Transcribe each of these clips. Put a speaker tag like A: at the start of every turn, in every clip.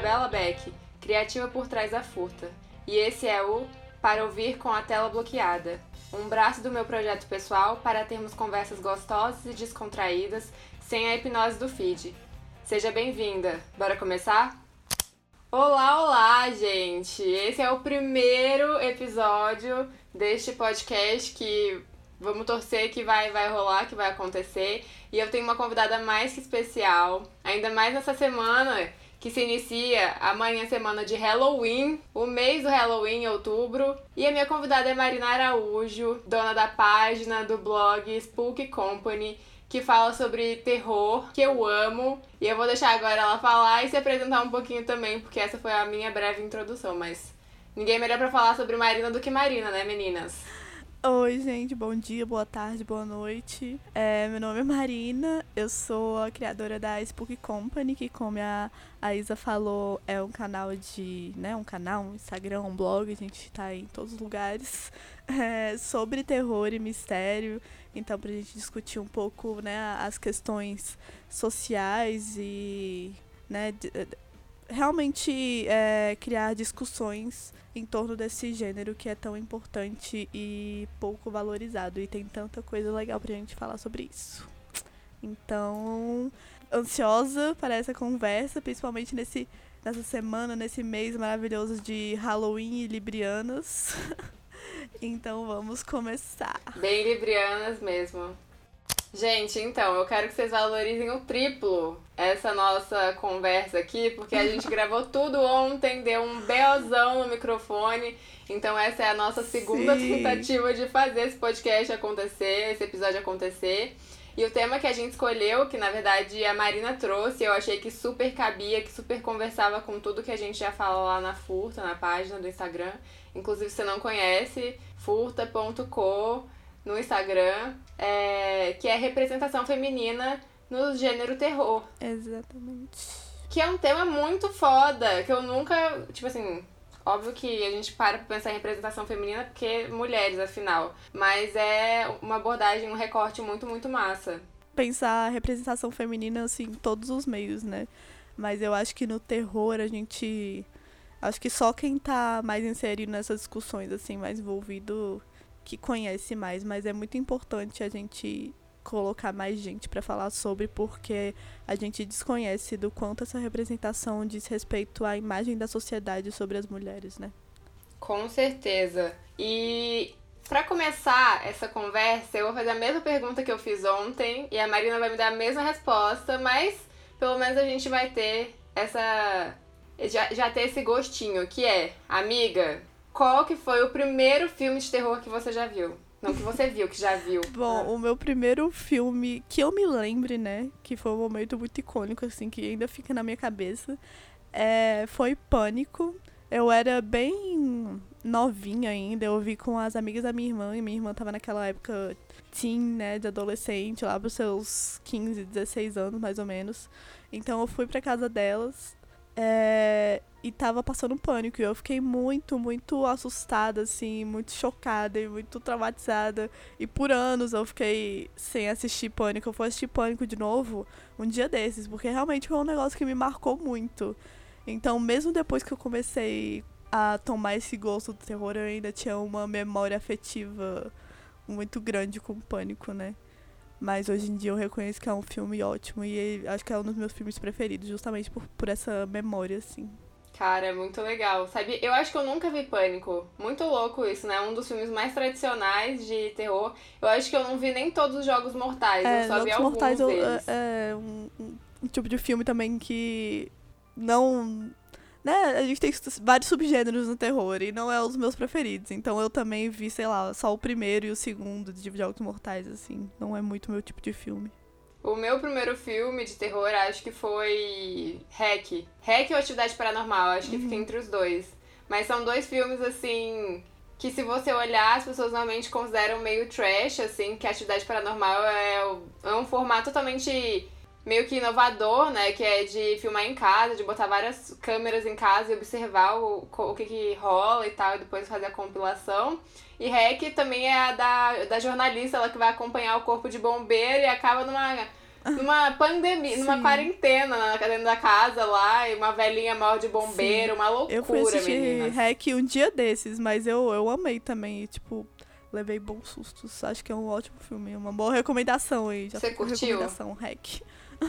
A: Isabela Beck, criativa por trás da Furta, e esse é o Para Ouvir com a Tela Bloqueada, um braço do meu projeto pessoal para termos conversas gostosas e descontraídas, sem a hipnose do feed. Seja bem-vinda, bora começar? Olá, gente! Esse é o primeiro episódio deste podcast que vamos torcer que vai rolar, que vai acontecer. E eu tenho uma convidada mais que especial, ainda mais nessa semana que se inicia amanhã, semana de Halloween, o mês do Halloween, outubro. E a minha convidada é Marina Araújo, dona da página do blog Spook Company, que fala sobre terror, que eu amo. E eu vou deixar agora ela falar e se apresentar um pouquinho também, porque essa foi a minha breve introdução, mas ninguém melhor pra falar sobre Marina do que Marina, né, meninas?
B: Oi, gente, bom dia, boa tarde, boa noite. Meu nome é Marina, eu sou a criadora da Spook Company, que, como a Isa falou, é um canal um Instagram, um blog, a gente tá em todos os lugares, sobre terror e mistério. Então, pra gente discutir um pouco, né, as questões sociais e, né, realmente criar discussões em torno desse gênero que é tão importante e pouco valorizado. E tem tanta coisa legal pra gente falar sobre isso. Então, ansiosa para essa conversa, principalmente nessa semana, nesse mês maravilhoso de Halloween e Librianas. Então, vamos começar.
A: Bem librianas mesmo. Gente, então, eu quero que vocês valorizem o triplo essa nossa conversa aqui, porque a gente gravou tudo ontem, deu um BOzão no microfone, então essa é a nossa segunda tentativa de fazer esse podcast acontecer, esse episódio acontecer. E o tema que a gente escolheu, que na verdade a Marina trouxe, eu achei que super cabia, que super conversava com tudo que a gente já fala lá na Furta, na página do Instagram. Inclusive, se você não conhece, furta.co no Instagram, que é representação feminina no gênero terror.
B: Exatamente.
A: Que é um tema muito foda, que eu nunca, tipo assim, óbvio que a gente para pra pensar em representação feminina porque mulheres, afinal, mas é uma abordagem, um recorte muito, muito massa.
B: Pensar a representação feminina, assim, em todos os meios, né? Mas eu acho que no terror acho que só quem tá mais inserido nessas discussões, assim, mais envolvido, que conhece mais, mas é muito importante a gente colocar mais gente para falar sobre, porque a gente desconhece do quanto essa representação diz respeito à imagem da sociedade sobre as mulheres, né?
A: Com certeza. E para começar essa conversa, eu vou fazer a mesma pergunta que eu fiz ontem e a Marina vai me dar a mesma resposta, mas pelo menos a gente vai ter já ter esse gostinho, que é, amiga, qual que foi o primeiro filme de terror que você já viu? Não que você viu, que já viu.
B: Bom, o meu primeiro filme que eu me lembre, né, que foi um momento muito icônico, assim, que ainda fica na minha cabeça, foi Pânico. Eu era bem novinha ainda, eu vi com as amigas da minha irmã, e minha irmã tava naquela época teen, né, de adolescente, lá pros seus 15, 16 anos, mais ou menos. Então eu fui pra casa delas, e tava passando Pânico, e eu fiquei muito, muito assustada, assim, muito chocada e muito traumatizada. E por anos eu fiquei sem assistir Pânico. Eu fui assistir Pânico de novo um dia desses, porque realmente foi um negócio que me marcou muito. Então, mesmo depois que eu comecei a tomar esse gosto do terror, eu ainda tinha uma memória afetiva muito grande com Pânico, né? Mas hoje em dia eu reconheço que é um filme ótimo e acho que é um dos meus filmes preferidos, justamente por essa memória, assim.
A: Cara, é muito legal, sabe? Eu acho que eu nunca vi Pânico. Muito louco isso, né? Um dos filmes mais tradicionais de terror. Eu acho que eu não vi nem todos os Jogos Mortais, eu só vi alguns
B: Mortais
A: deles.
B: É um tipo de filme também que não... Né, a gente tem vários subgêneros no terror e não é os meus preferidos. Então eu também vi, sei lá, só o primeiro e o segundo de Jogos Mortais, assim. Não é muito meu tipo de filme.
A: O meu primeiro filme de terror acho que foi REC. REC ou Atividade Paranormal, acho que fica entre os dois. Mas são dois filmes, assim, que se você olhar, as pessoas normalmente consideram meio trash, assim, que a Atividade Paranormal é um formato totalmente meio que inovador, né, que é de filmar em casa, de botar várias câmeras em casa e observar o que rola e tal, e depois fazer a compilação. E REC também é a da jornalista, ela que vai acompanhar o corpo de bombeiro e acaba numa pandemia, numa
B: Sim.
A: quarentena, dentro da casa lá, e uma velhinha morre de bombeiro,
B: Sim.
A: uma
B: Eu fui
A: loucura,
B: assistir
A: meninas.
B: REC um dia desses, mas eu amei também. E, tipo, levei bons sustos. Acho que é um ótimo filme. Uma boa recomendação aí. Já
A: Você
B: fica a
A: curtiu?
B: recomendação, REC.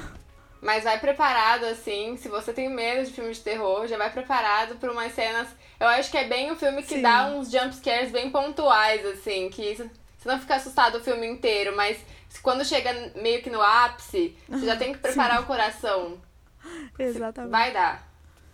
A: Mas vai preparado, assim, se você tem medo de filme de terror, já vai preparado pra umas cenas. Eu acho que é bem um filme que dá
B: Sim.
A: uns jump scares bem pontuais, assim, que você não fica assustado o filme inteiro, mas quando chega meio que no ápice, você já tem que preparar
B: Sim.
A: o coração.
B: Exatamente.
A: Vai dar.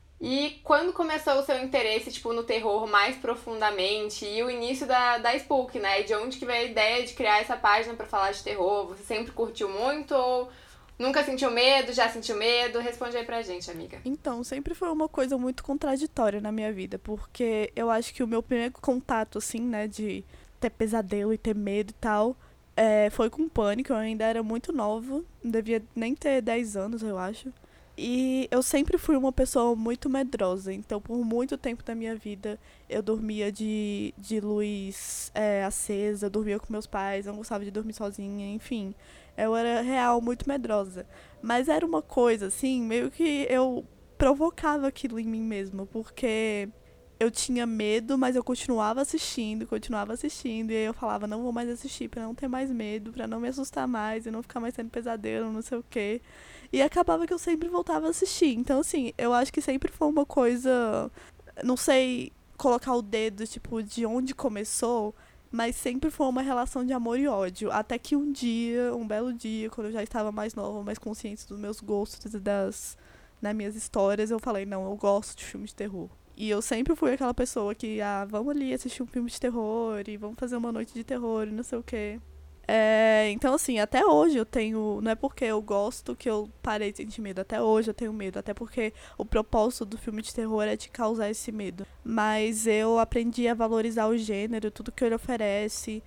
A: E quando começou o seu interesse, tipo, no terror mais profundamente, e o início da Spook, né? E de onde que veio a ideia de criar essa página pra falar de terror? Você sempre curtiu muito ou nunca sentiu medo, já sentiu medo? Responde aí pra gente, amiga.
B: Então, sempre foi uma coisa muito contraditória na minha vida, porque eu acho que o meu primeiro contato, assim, né, de ter pesadelo e ter medo e tal, foi com Pânico. Eu ainda era muito nova, não devia nem ter 10 anos, eu acho. E eu sempre fui uma pessoa muito medrosa, então por muito tempo da minha vida eu dormia de luz acesa, dormia com meus pais, não gostava de dormir sozinha, enfim. Eu era real muito medrosa. Mas era uma coisa, assim, meio que eu provocava aquilo em mim mesma, porque eu tinha medo, mas eu continuava assistindo, e aí eu falava, não vou mais assistir pra não ter mais medo, pra não me assustar mais e não ficar mais tendo pesadelo, não sei o quê. E acabava que eu sempre voltava a assistir. Então, assim, eu acho que sempre foi uma coisa. Não sei colocar o dedo, tipo, de onde começou, mas sempre foi uma relação de amor e ódio. Até que um dia, um belo dia, quando eu já estava mais nova, mais consciente dos meus gostos e das minhas histórias, eu falei, não, eu gosto de filme de terror. E eu sempre fui aquela pessoa que, vamos ali assistir um filme de terror e vamos fazer uma noite de terror e não sei o quê. Então, assim, até hoje eu tenho. Não é porque eu gosto que eu parei de sentir medo. Até hoje eu tenho medo. Até porque o propósito do filme de terror é te causar esse medo. Mas eu aprendi a valorizar o gênero, tudo que ele oferece,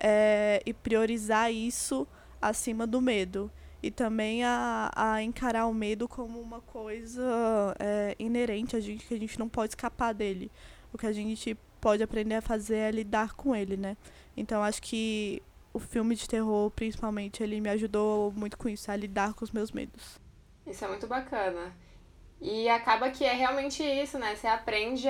B: e priorizar isso acima do medo. E também a encarar o medo como uma coisa inerente a gente, que a gente não pode escapar dele. O que a gente pode aprender a fazer é lidar com ele, né? Então acho que o filme de terror, principalmente, ele me ajudou muito com isso, a lidar com os meus medos.
A: Isso é muito bacana. E acaba que é realmente isso, né? Você aprende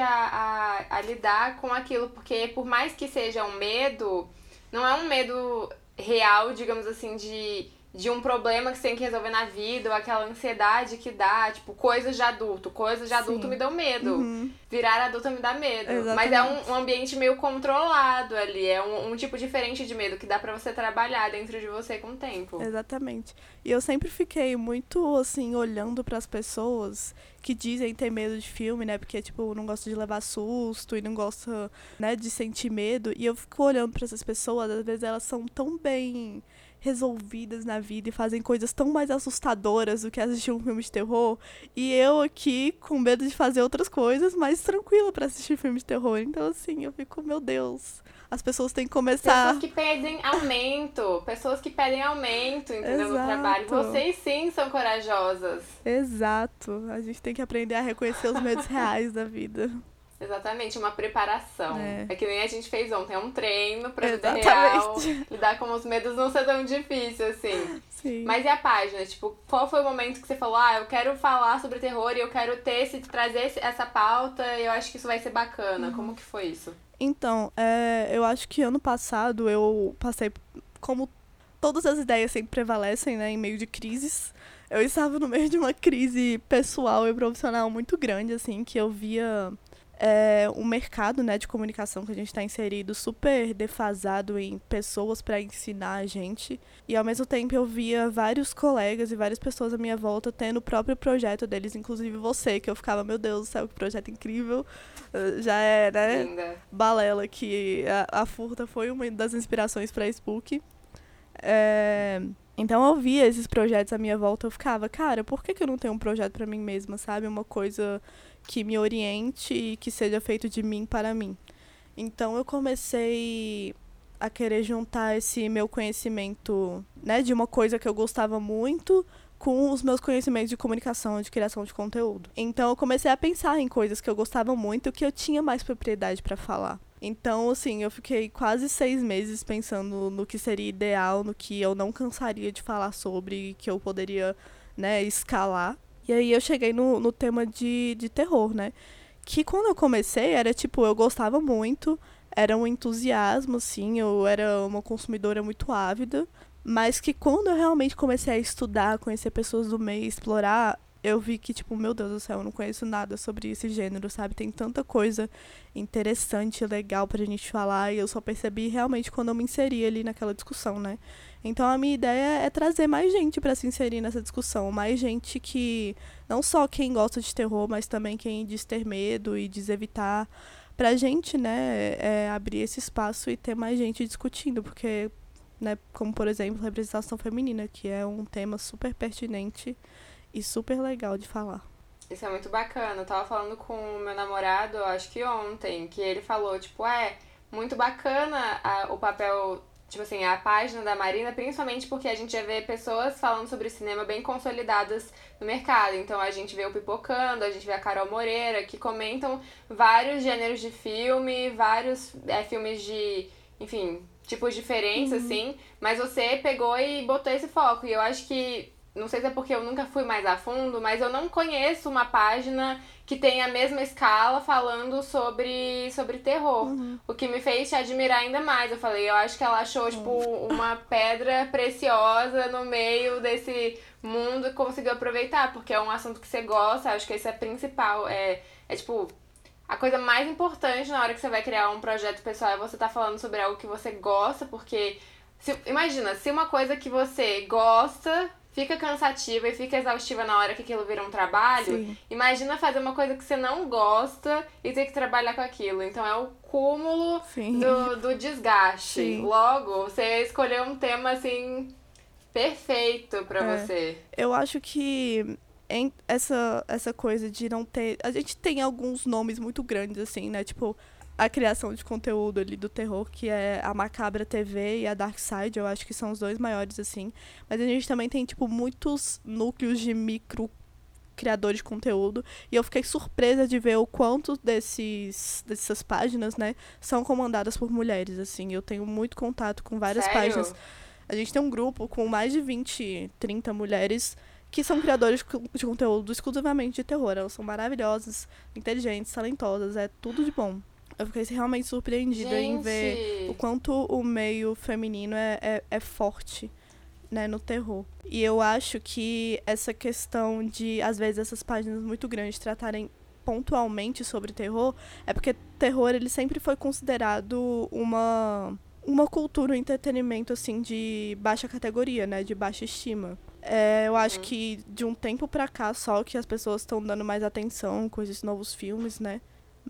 A: a lidar com aquilo, porque por mais que seja um medo, não é um medo real, digamos assim, de um problema que você tem que resolver na vida, ou aquela ansiedade que dá, tipo, coisas de adulto. Coisas de adulto me
B: Sim.
A: dão medo.
B: Uhum.
A: Virar adulta me dá medo. Mas é um
B: Exatamente.
A: ambiente meio controlado ali. É um tipo diferente de medo que dá pra você trabalhar dentro de você com o tempo.
B: Exatamente. E eu sempre fiquei muito, assim, olhando para as pessoas que dizem ter medo de filme, né? Porque, tipo, não gosta de levar susto e não gosta, né, de sentir medo. E eu fico olhando para essas pessoas, às vezes elas são tão bem resolvidas na vida e fazem coisas tão mais assustadoras do que assistir um filme de terror. E eu aqui com medo de fazer outras coisas, mas tranquila para assistir filme de terror. Então, assim, eu fico, meu Deus. As pessoas têm que
A: Pessoas
B: começar.
A: que pedem aumento. Pessoas que pedem aumento, entendeu? No trabalho.
B: Exato.
A: Vocês sim são corajosas.
B: Exato. A gente tem que aprender a reconhecer os medos reais da vida.
A: Exatamente, uma preparação.
B: É.
A: É que nem a gente fez ontem, é um treino pra vida real.
B: Exatamente.
A: Lidar com os medos não ser tão difícil, assim.
B: Sim.
A: Mas e a página? Tipo, qual foi o momento que você falou, eu quero falar sobre terror e eu quero trazer essa pauta e eu acho que isso vai ser bacana. Como que foi isso?
B: Então, eu acho que ano passado eu passei, como todas as ideias sempre prevalecem, né, em meio de crises. Eu estava no meio de uma crise pessoal e profissional muito grande, assim, que eu via um mercado, né, de comunicação que a gente está inserido super defasado em pessoas para ensinar a gente. E ao mesmo tempo eu via vários colegas e várias pessoas à minha volta tendo o próprio projeto deles, inclusive você, que eu ficava, meu Deus do céu, que projeto incrível. Já é, né,
A: Linda.
B: balela que a Furta foi uma das inspirações para a Spook. Então eu via esses projetos à minha volta, eu ficava, cara, por que eu não tenho um projeto para mim mesma, sabe? Uma coisa que me oriente e que seja feito de mim para mim. Então eu comecei a querer juntar esse meu conhecimento, né, de uma coisa que eu gostava muito com os meus conhecimentos de comunicação, de criação de conteúdo. Então eu comecei a pensar em coisas que eu gostava muito, que eu tinha mais propriedade para falar. Então, assim, eu fiquei quase 6 meses pensando no que seria ideal, no que eu não cansaria de falar sobre, que eu poderia, né, escalar. E aí eu cheguei no tema de terror, né? Que quando eu comecei, era tipo, eu gostava muito, era um entusiasmo, assim, eu era uma consumidora muito ávida. Mas que quando eu realmente comecei a estudar, conhecer pessoas do meio, explorar, eu vi que, tipo, meu Deus do céu, eu não conheço nada sobre esse gênero, sabe? Tem tanta coisa interessante, legal pra gente falar, e eu só percebi realmente quando eu me inseri ali naquela discussão, né? Então a minha ideia é trazer mais gente pra se inserir nessa discussão, mais gente que, não só quem gosta de terror, mas também quem diz ter medo e diz evitar, pra gente, né, abrir esse espaço e ter mais gente discutindo, porque, né, como por exemplo, representação feminina, que é um tema super pertinente e super legal de falar.
A: Isso é muito bacana. Eu tava falando com o meu namorado, acho que ontem, que ele falou, tipo, muito bacana o papel, tipo assim, a página da Marina, principalmente porque a gente já vê pessoas falando sobre cinema bem consolidadas no mercado. Então a gente vê o Pipocando, a gente vê a Carol Moreira, que comentam vários gêneros de filme, vários filmes de, enfim, tipos diferentes, assim, mas você pegou e botou esse foco. E eu acho que, não sei se é porque eu nunca fui mais a fundo, mas eu não conheço uma página que tenha a mesma escala falando sobre terror. O que me fez te admirar ainda mais. Eu falei, eu acho que ela achou, tipo, uma pedra preciosa no meio desse mundo e conseguiu aproveitar, porque é um assunto que você gosta, acho que esse é principal. Tipo, a coisa mais importante na hora que você vai criar um projeto pessoal é você estar falando sobre algo que você gosta, porque imagina, se uma coisa que você gosta fica cansativa e fica exaustiva na hora que aquilo vira um trabalho,
B: Sim.
A: Imagina fazer uma coisa que você não gosta e ter que trabalhar com aquilo. Então é o cúmulo do desgaste.
B: Sim.
A: Logo, você escolheu um tema, assim, perfeito pra você.
B: Eu acho que essa coisa de não ter... A gente tem alguns nomes muito grandes, assim, né? Tipo, a criação de conteúdo ali do terror, que é a Macabra TV e a Dark Side, eu acho que são os dois maiores, assim. Mas a gente também tem, tipo, muitos núcleos de micro criadores de conteúdo. E eu fiquei surpresa de ver o quanto dessas páginas, né, são comandadas por mulheres, assim. Eu tenho muito contato com várias páginas. A gente tem um grupo com mais de 20, 30 mulheres que são criadores de conteúdo exclusivamente de terror. Elas são maravilhosas, inteligentes, talentosas, é tudo de bom. Eu fiquei realmente surpreendida em ver o quanto o meio feminino é forte, né, no terror. E eu acho que essa questão de, às vezes, essas páginas muito grandes tratarem pontualmente sobre terror, é porque terror ele sempre foi considerado uma cultura, um entretenimento, assim, de baixa categoria, né, de baixa estima. Eu acho que de um tempo pra cá só que as pessoas estão dando mais atenção com esses novos filmes, né?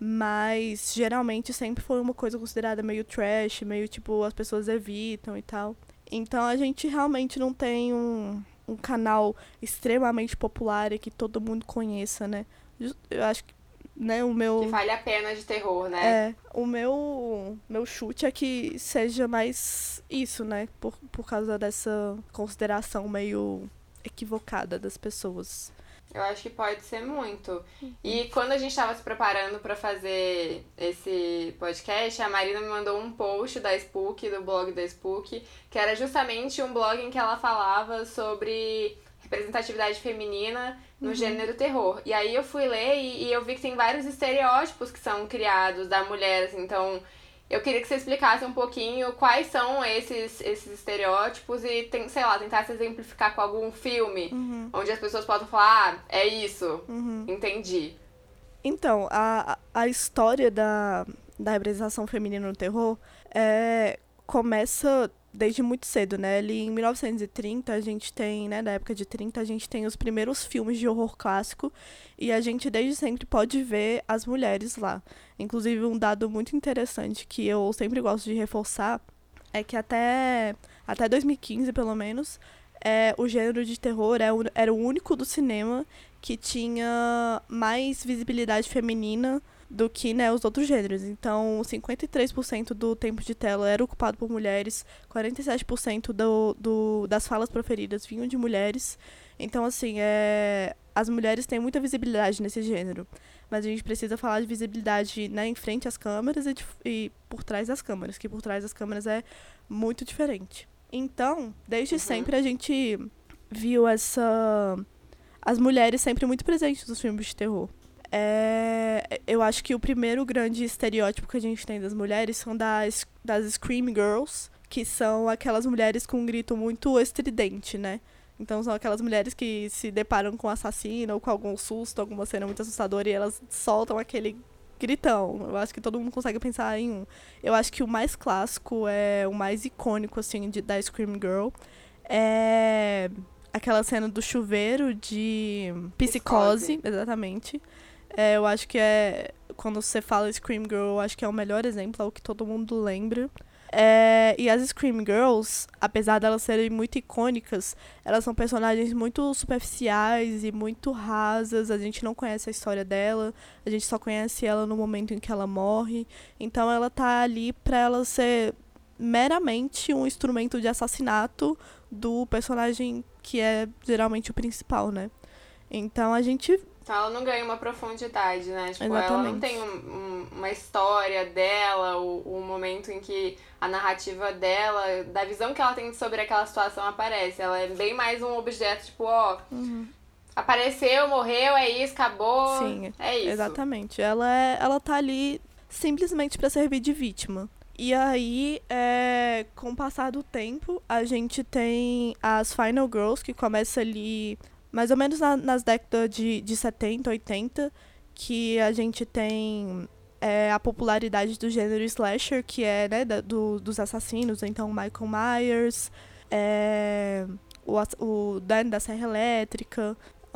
B: Mas geralmente sempre foi uma coisa considerada meio trash, meio tipo, as pessoas evitam e tal. Então a gente realmente não tem um canal extremamente popular e que todo mundo conheça, né? Eu acho que, né, o meu...
A: Que vale a pena de terror, né?
B: O meu chute é que seja mais isso, né? Por causa dessa consideração meio equivocada das pessoas.
A: Eu acho que pode ser muito. E quando a gente estava se preparando para fazer esse podcast, a Marina me mandou um post da Spook, do blog da Spook, que era justamente um blog em que ela falava sobre representatividade feminina no gênero terror. E aí eu fui ler e eu vi que tem vários estereótipos que são criados da mulher, assim, então... Eu queria que você explicasse um pouquinho quais são esses estereótipos e, tentasse exemplificar com algum filme onde as pessoas possam falar, é isso, entendi.
B: Então, a história da representação feminina no terror começa desde muito cedo, né? Ali em 1930, a gente tem, né, da época de 30, a gente tem os primeiros filmes de horror clássico e a gente desde sempre pode ver as mulheres lá. Inclusive, um dado muito interessante que eu sempre gosto de reforçar é que até 2015, pelo menos, o gênero de terror era o único do cinema que tinha mais visibilidade feminina do que, né, os outros gêneros. Então, 53% do tempo de tela era ocupado por mulheres, 47% das falas proferidas vinham de mulheres. Então, assim, as mulheres têm muita visibilidade nesse gênero. Mas a gente precisa falar de visibilidade, né, em frente às câmeras e por trás das câmeras, que por trás das câmeras é muito diferente. Então, desde sempre a gente viu as mulheres sempre muito presentes nos filmes de terror. Eu acho que o primeiro grande estereótipo que a gente tem das mulheres são das Scream Girls, que são aquelas mulheres com um grito muito estridente, né? Então são aquelas mulheres que se deparam com um assassino ou com algum susto, alguma cena muito assustadora, e elas soltam aquele gritão. Eu acho que todo mundo consegue pensar em um. Eu acho que o mais clássico, o mais icônico, assim, da Scream Girl, é aquela cena do chuveiro de Psicose, exatamente. Eu acho que quando você fala Scream Girl, eu acho que é o melhor exemplo, é o que todo mundo lembra. E as Scream Girls, apesar de elas serem muito icônicas, elas são personagens muito superficiais e muito rasas. A gente não conhece a história dela, a gente só conhece ela no momento em que ela morre. Então ela tá ali pra ela ser meramente um instrumento de assassinato do personagem que é geralmente o principal, né? Então a gente...
A: Então ela não ganha uma profundidade, né? Tipo,
B: Exatamente.
A: ela não tem uma história dela, o momento em que a narrativa dela, da visão que ela tem sobre aquela situação aparece. Ela é bem mais um objeto, tipo, apareceu, morreu, é isso, acabou.
B: Sim,
A: é isso.
B: Exatamente. Ela tá ali simplesmente pra servir de vítima. E aí, com o passar do tempo, a gente tem as Final Girls, que começa ali mais ou menos nas décadas de 70, 80, que a gente tem a popularidade do gênero slasher, que é, né, dos assassinos. Então, Michael Myers, o Dan da Serra Elétrica,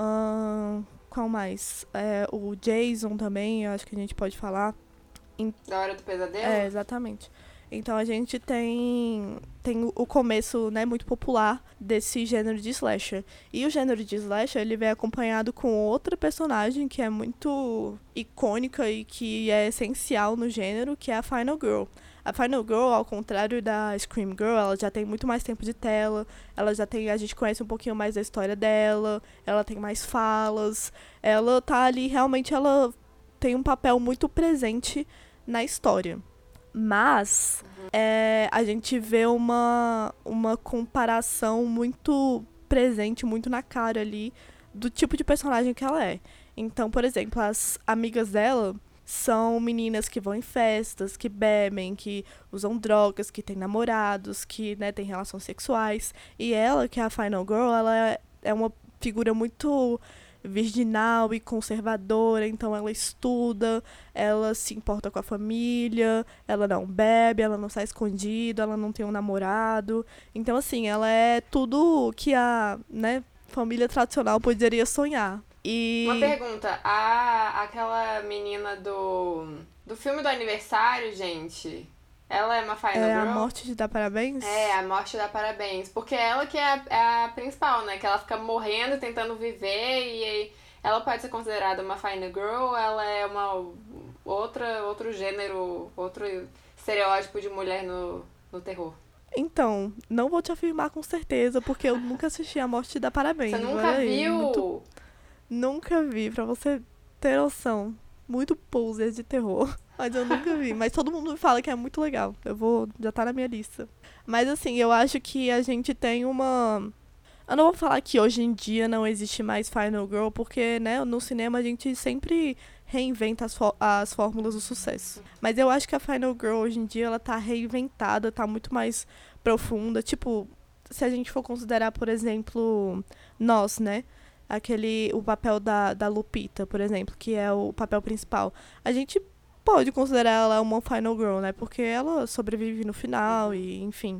B: qual mais? O Jason também, eu acho que a gente pode falar.
A: Da Hora do Pesadelo?
B: Exatamente. Então a gente tem o começo, né, muito popular desse gênero de slasher. E o gênero de slasher, ele vem acompanhado com outra personagem que é muito icônica e que é essencial no gênero, que é a Final Girl. A Final Girl, ao contrário da Scream Girl, ela já tem muito mais tempo de tela, a gente conhece um pouquinho mais da história dela, ela tem mais falas, ela tá ali, realmente ela tem um papel muito presente na história. Mas a gente vê uma comparação muito presente, muito na cara ali, do tipo de personagem que ela é. Então, por exemplo, as amigas dela são meninas que vão em festas, que bebem, que usam drogas, que têm namorados, que, né, têm relações sexuais. E ela, que é a Final Girl, ela é uma figura muito virginal e conservadora, então ela estuda, ela se importa com a família, ela não bebe, ela não sai escondida, ela não tem um namorado. Então, assim, ela é tudo que a, né, família tradicional poderia sonhar.
A: Uma pergunta, aquela menina do filme do aniversário, gente, ela é uma Final Girl?
B: A Morte de Dar Parabéns?
A: A Morte de Dar Parabéns. Porque ela que é a principal, né? Que ela fica morrendo, tentando viver, e ela pode ser considerada uma Final Girl, ela é outro gênero, outro estereótipo de mulher no terror.
B: Então, não vou te afirmar com certeza, porque eu nunca assisti A Morte de Dar Parabéns.
A: Você nunca viu?
B: Nunca vi, pra você ter noção. Muito poser de terror. Mas eu nunca vi. Mas todo mundo me fala que é muito legal. Já tá na minha lista. Mas assim, eu acho que a gente tem uma... Eu não vou falar que hoje em dia não existe mais Final Girl, porque, né, no cinema a gente sempre reinventa as fórmulas do sucesso. Mas eu acho que a Final Girl hoje em dia, ela tá reinventada, tá muito mais profunda. Tipo, se a gente for considerar, por exemplo, Nós, né? O papel da Lupita, por exemplo, que é o papel principal. A gente pode considerar ela uma Final Girl, né? Porque ela sobrevive no final e, enfim,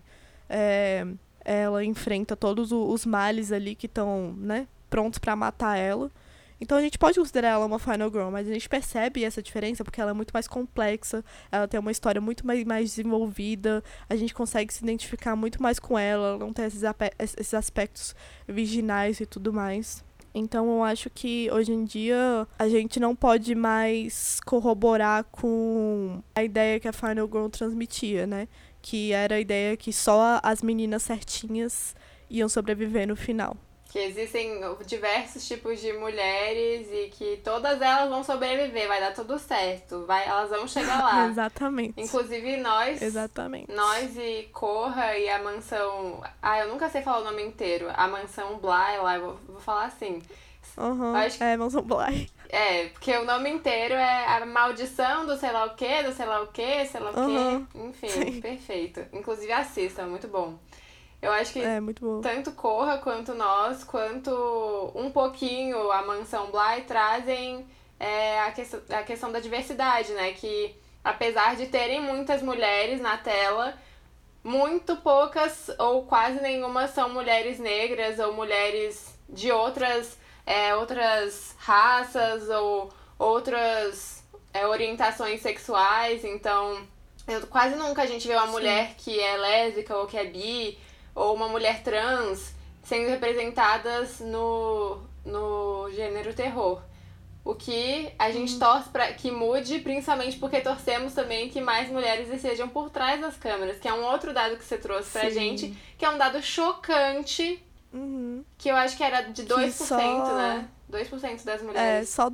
B: ela enfrenta todos os males ali que estão, né, prontos pra matar ela. Então a gente pode considerar ela uma Final Girl, mas a gente percebe essa diferença porque ela é muito mais complexa, ela tem uma história muito mais desenvolvida, a gente consegue se identificar muito mais com ela não tem esses aspectos virginais e tudo mais. Então eu acho que hoje em dia a gente não pode mais corroborar com a ideia que a Final Girl transmitia, né? Que era a ideia que só as meninas certinhas iam sobreviver no final.
A: Que existem diversos tipos de mulheres e que todas elas vão sobreviver, vai dar tudo certo, elas vão chegar lá.
B: Exatamente.
A: Inclusive
B: Exatamente.
A: Nós e Corra e a mansão... eu nunca sei falar o nome inteiro. A mansão Bly lá, eu vou falar assim.
B: Mansão Bly.
A: Porque o nome inteiro é a maldição do sei lá o quê, do sei lá o quê, sei lá o quê. Enfim, sim. Perfeito. Inclusive assista, muito bom. Eu acho que
B: muito bom.
A: Tanto Corra, quanto nós, quanto um pouquinho a Mansão Bly trazem a questão da diversidade, né? Que apesar de terem muitas mulheres na tela, muito poucas ou quase nenhuma são mulheres negras ou mulheres de outras raças ou outras orientações sexuais. Então, quase nunca a gente vê uma mulher que é lésbica ou que é bi, ou uma mulher trans sendo representadas no gênero terror. O que a gente torce para que mude, principalmente porque torcemos também que mais mulheres estejam por trás das câmeras, que é um outro dado que você trouxe pra gente, que é um dado chocante, que eu acho que era de 2%, né? 2% das mulheres.
B: Só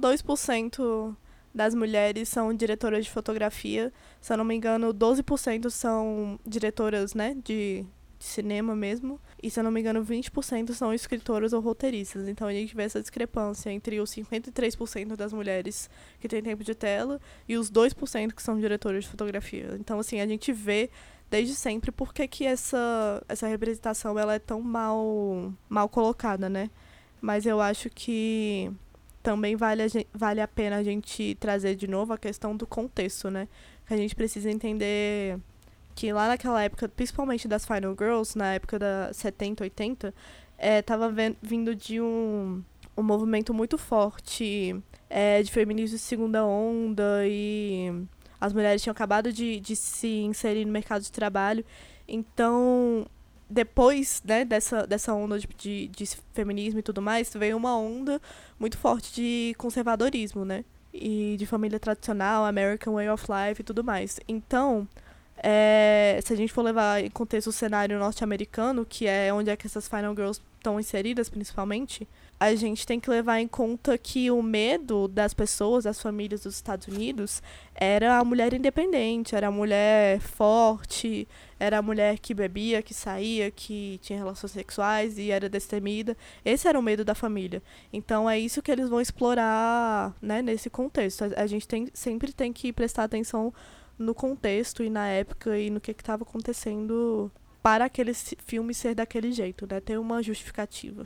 B: 2% das mulheres são diretoras de fotografia. Se eu não me engano, 12% são diretoras, né, de cinema mesmo. E, se eu não me engano, 20% são escritoras ou roteiristas. Então, a gente vê essa discrepância entre os 53% das mulheres que têm tempo de tela e os 2% que são diretoras de fotografia. Então, assim, a gente vê desde sempre por que essa representação ela é tão mal colocada, né? Mas eu acho que também vale a pena a gente trazer de novo a questão do contexto, né? Que a gente precisa entender que lá naquela época, principalmente das Final Girls, na época da 70, 80, tava vindo de um movimento muito forte de feminismo de segunda onda, e as mulheres tinham acabado de se inserir no mercado de trabalho. Então, depois, né, dessa onda de feminismo e tudo mais, veio uma onda muito forte de conservadorismo, né? E de família tradicional, American Way of Life e tudo mais. Então, se a gente for levar em contexto o cenário norte-americano, que é onde que essas Final Girls estão inseridas principalmente, a gente tem que levar em conta que o medo das pessoas, das famílias dos Estados Unidos, era a mulher independente, era a mulher forte, era a mulher que bebia, que saía, que tinha relações sexuais e era destemida. Esse era o medo da família. Então é isso que eles vão explorar, né, nesse contexto. A gente sempre tem que prestar atenção no contexto e na época e no que estava acontecendo para aquele filme ser daquele jeito, né? Ter uma justificativa.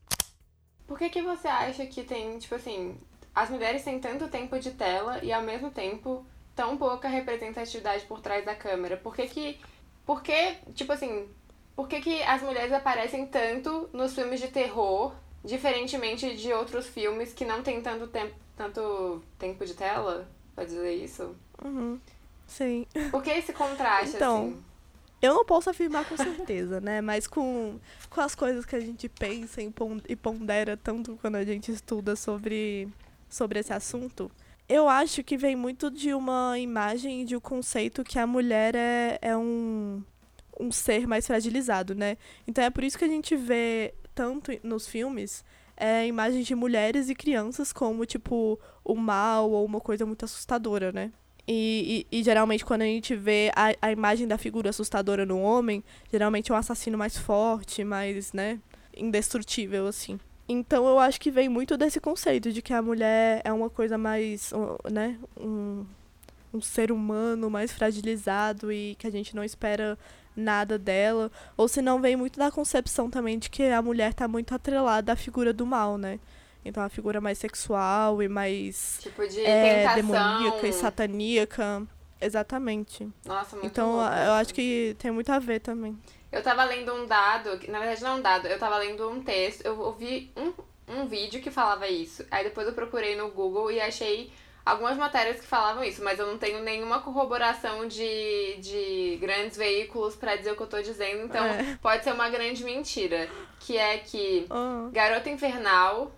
A: Por que você acha que tem, tipo assim, as mulheres têm tanto tempo de tela e ao mesmo tempo tão pouca representatividade por trás da câmera? Por que as mulheres aparecem tanto nos filmes de terror, diferentemente de outros filmes que não tem tanto tempo de tela? Pode dizer isso?
B: Sim.
A: Por que esse contraste,
B: então,
A: assim?
B: Eu não posso afirmar com certeza, né? Mas com as coisas que a gente pensa e pondera tanto quando a gente estuda sobre esse assunto, eu acho que vem muito de uma imagem e de um conceito que a mulher é um ser mais fragilizado, né? Então é por isso que a gente vê tanto nos filmes imagens de mulheres e crianças como, tipo, o mal ou uma coisa muito assustadora, né? E geralmente quando a gente vê a imagem da figura assustadora no homem, geralmente é um assassino mais forte, mais, né, indestrutível, assim. Então eu acho que vem muito desse conceito de que a mulher é uma coisa mais, né, um ser humano mais fragilizado e que a gente não espera nada dela. Ou se não, vem muito da concepção também de que a mulher tá muito atrelada à figura do mal, né? Então, a figura mais sexual e mais
A: tipo de tentação,
B: demoníaca e sataníaca. Exatamente.
A: Nossa, muito
B: então,
A: louco,
B: eu acho que tem muito a ver também.
A: Eu tava lendo um dado, na verdade não é um dado, eu tava lendo um texto, eu ouvi um vídeo que falava isso. Aí depois eu procurei no Google e achei algumas matérias que falavam isso, mas eu não tenho nenhuma corroboração de grandes veículos pra dizer o que eu tô dizendo, então pode ser uma grande mentira. Que é que Garota Infernal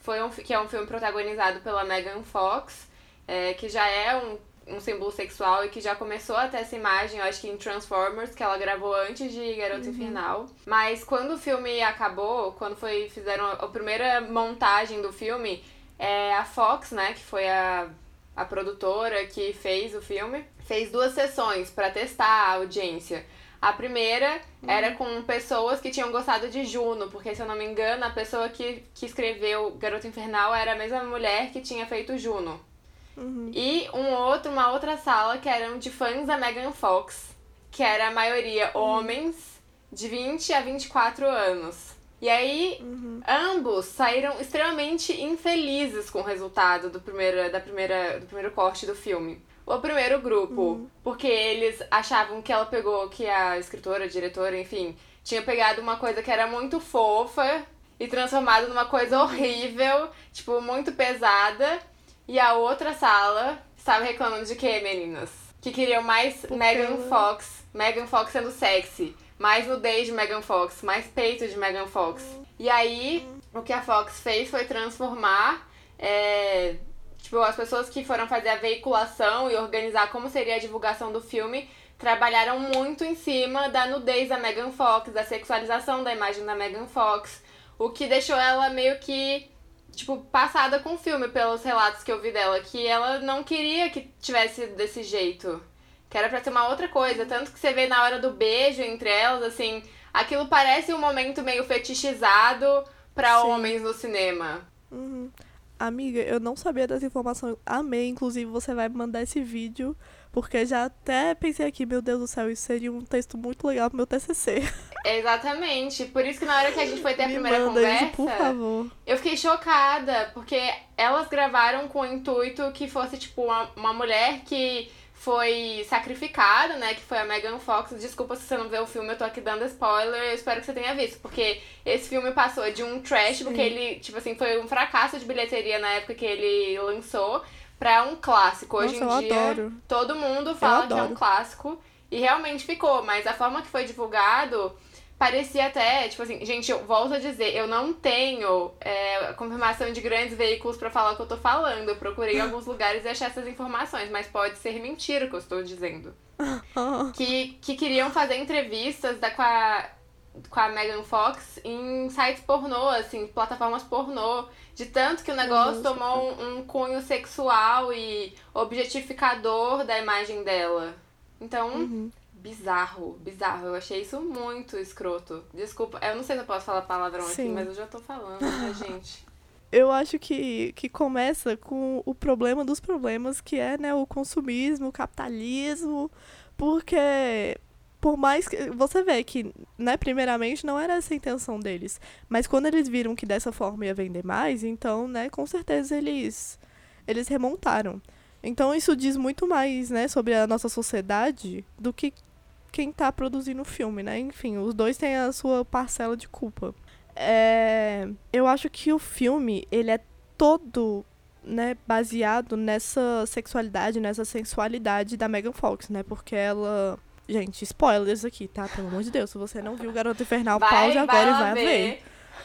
A: que é um filme protagonizado pela Megan Fox, que já é um símbolo sexual e que já começou a ter essa imagem, eu acho que em Transformers, que ela gravou antes de Garota Infernal. Mas quando o filme acabou, quando fizeram a primeira montagem do filme, a Fox, né, que foi a produtora que fez o filme, fez 2 sessões pra testar a audiência. A primeira era com pessoas que tinham gostado de Juno, porque, se eu não me engano, a pessoa que escreveu Garota Infernal era a mesma mulher que tinha feito Juno. E uma outra sala que eram de fãs da Megan Fox, que era a maioria homens de 20 a 24 anos. E aí, ambos saíram extremamente infelizes com o resultado do primeiro corte do filme. O primeiro grupo, porque eles achavam que que a escritora, a diretora, enfim, tinha pegado uma coisa que era muito fofa e transformado numa coisa horrível, tipo, muito pesada. E a outra sala estava reclamando de quê, meninas? Que queriam mais Megan Fox sendo sexy, mais nudez de Megan Fox, mais peito de Megan Fox. E aí, o que a Fox fez foi transformar, as pessoas que foram fazer a veiculação e organizar como seria a divulgação do filme, trabalharam muito em cima da nudez da Megan Fox, da sexualização da imagem da Megan Fox, o que deixou ela meio que passada com o filme, pelos relatos que eu vi dela, que ela não queria que tivesse desse jeito, que era pra ser uma outra coisa, tanto que você vê na hora do beijo entre elas, assim, aquilo parece um momento meio fetichizado pra homens no cinema.
B: Amiga, eu não sabia dessa informação, amei, inclusive você vai me mandar esse vídeo, porque já até pensei aqui, meu Deus do céu, isso seria um texto muito legal pro meu TCC.
A: Exatamente, por isso que na hora que a gente foi ter a primeira
B: manda
A: conversa,
B: isso, por favor.
A: Eu fiquei chocada, porque elas gravaram com o intuito que fosse, uma mulher que foi sacrificada, né, que foi a Megan Fox. Desculpa se você não viu o filme, eu tô aqui dando spoiler, eu espero que você tenha visto, porque esse filme passou de um trash, porque ele, foi um fracasso de bilheteria na época que ele lançou, pra um clássico. Hoje em dia,
B: adoro.
A: Todo mundo fala que é um clássico, e realmente ficou, mas a forma que foi divulgado parecia até, gente, eu volto a dizer, eu não tenho confirmação de grandes veículos pra falar o que eu tô falando. Eu procurei em alguns lugares e achei essas informações, mas pode ser mentira o que eu estou dizendo. Que queriam fazer entrevistas com a Megan Fox em sites pornô, assim, plataformas pornô, de tanto que o negócio tomou um cunho sexual e objetificador da imagem dela. Então, bizarro. Eu achei isso muito escroto. Desculpa, eu não sei se eu posso falar palavrão aqui, mas eu já tô falando, né, gente?
B: Eu acho que começa com o problema dos problemas, que é, né, o consumismo, o capitalismo, porque por mais que você vê que, né, primeiramente não era essa a intenção deles, mas quando eles viram que dessa forma ia vender mais, então, né, com certeza eles remontaram. Então isso diz muito mais, né, sobre a nossa sociedade do que quem tá produzindo o filme, né? Enfim, os dois têm a sua parcela de culpa. Eu acho que o filme, ele é todo, né, baseado nessa sexualidade, nessa sensualidade da Megan Fox, né? Porque ela... Gente, spoilers aqui, tá? Pelo amor de Deus, se você não viu Garota Infernal, pause agora e vai ver.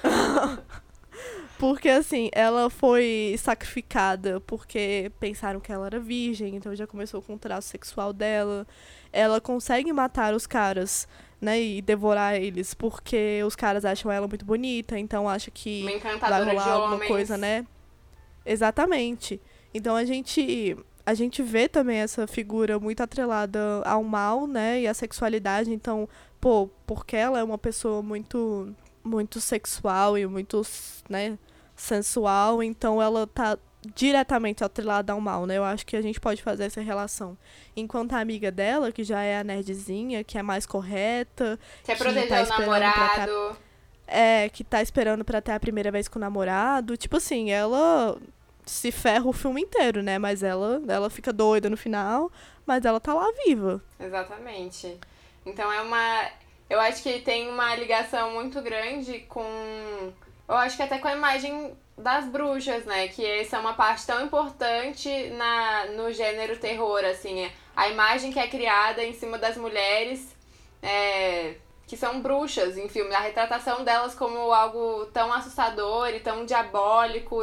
B: Porque, assim, ela foi sacrificada porque pensaram que ela era virgem, então já começou com o traço sexual dela. Ela consegue matar os caras, né, e devorar eles porque os caras acham ela muito bonita, então acha que vai rolar alguma coisa, né? Exatamente. Então a gente vê também essa figura muito atrelada ao mal, né, e à sexualidade. Então, porque ela é uma pessoa muito, muito sexual e muito, né, sensual, então ela tá diretamente atrelada ao mal, né? Eu acho que a gente pode fazer essa relação. Enquanto a amiga dela, que já é a nerdzinha, que é mais correta,
A: quer proteger o namorado,
B: que tá esperando pra ter a primeira vez com o namorado, tipo assim, ela se ferra o filme inteiro, né? Mas ela fica doida no final, mas ela tá lá viva.
A: Exatamente. Então eu acho que tem uma ligação muito grande com... Eu acho que até com a imagem das bruxas, né? Que essa é uma parte tão importante no gênero terror, assim. A imagem que é criada em cima das mulheres, que são bruxas em filme. A retratação delas como algo tão assustador e tão diabólico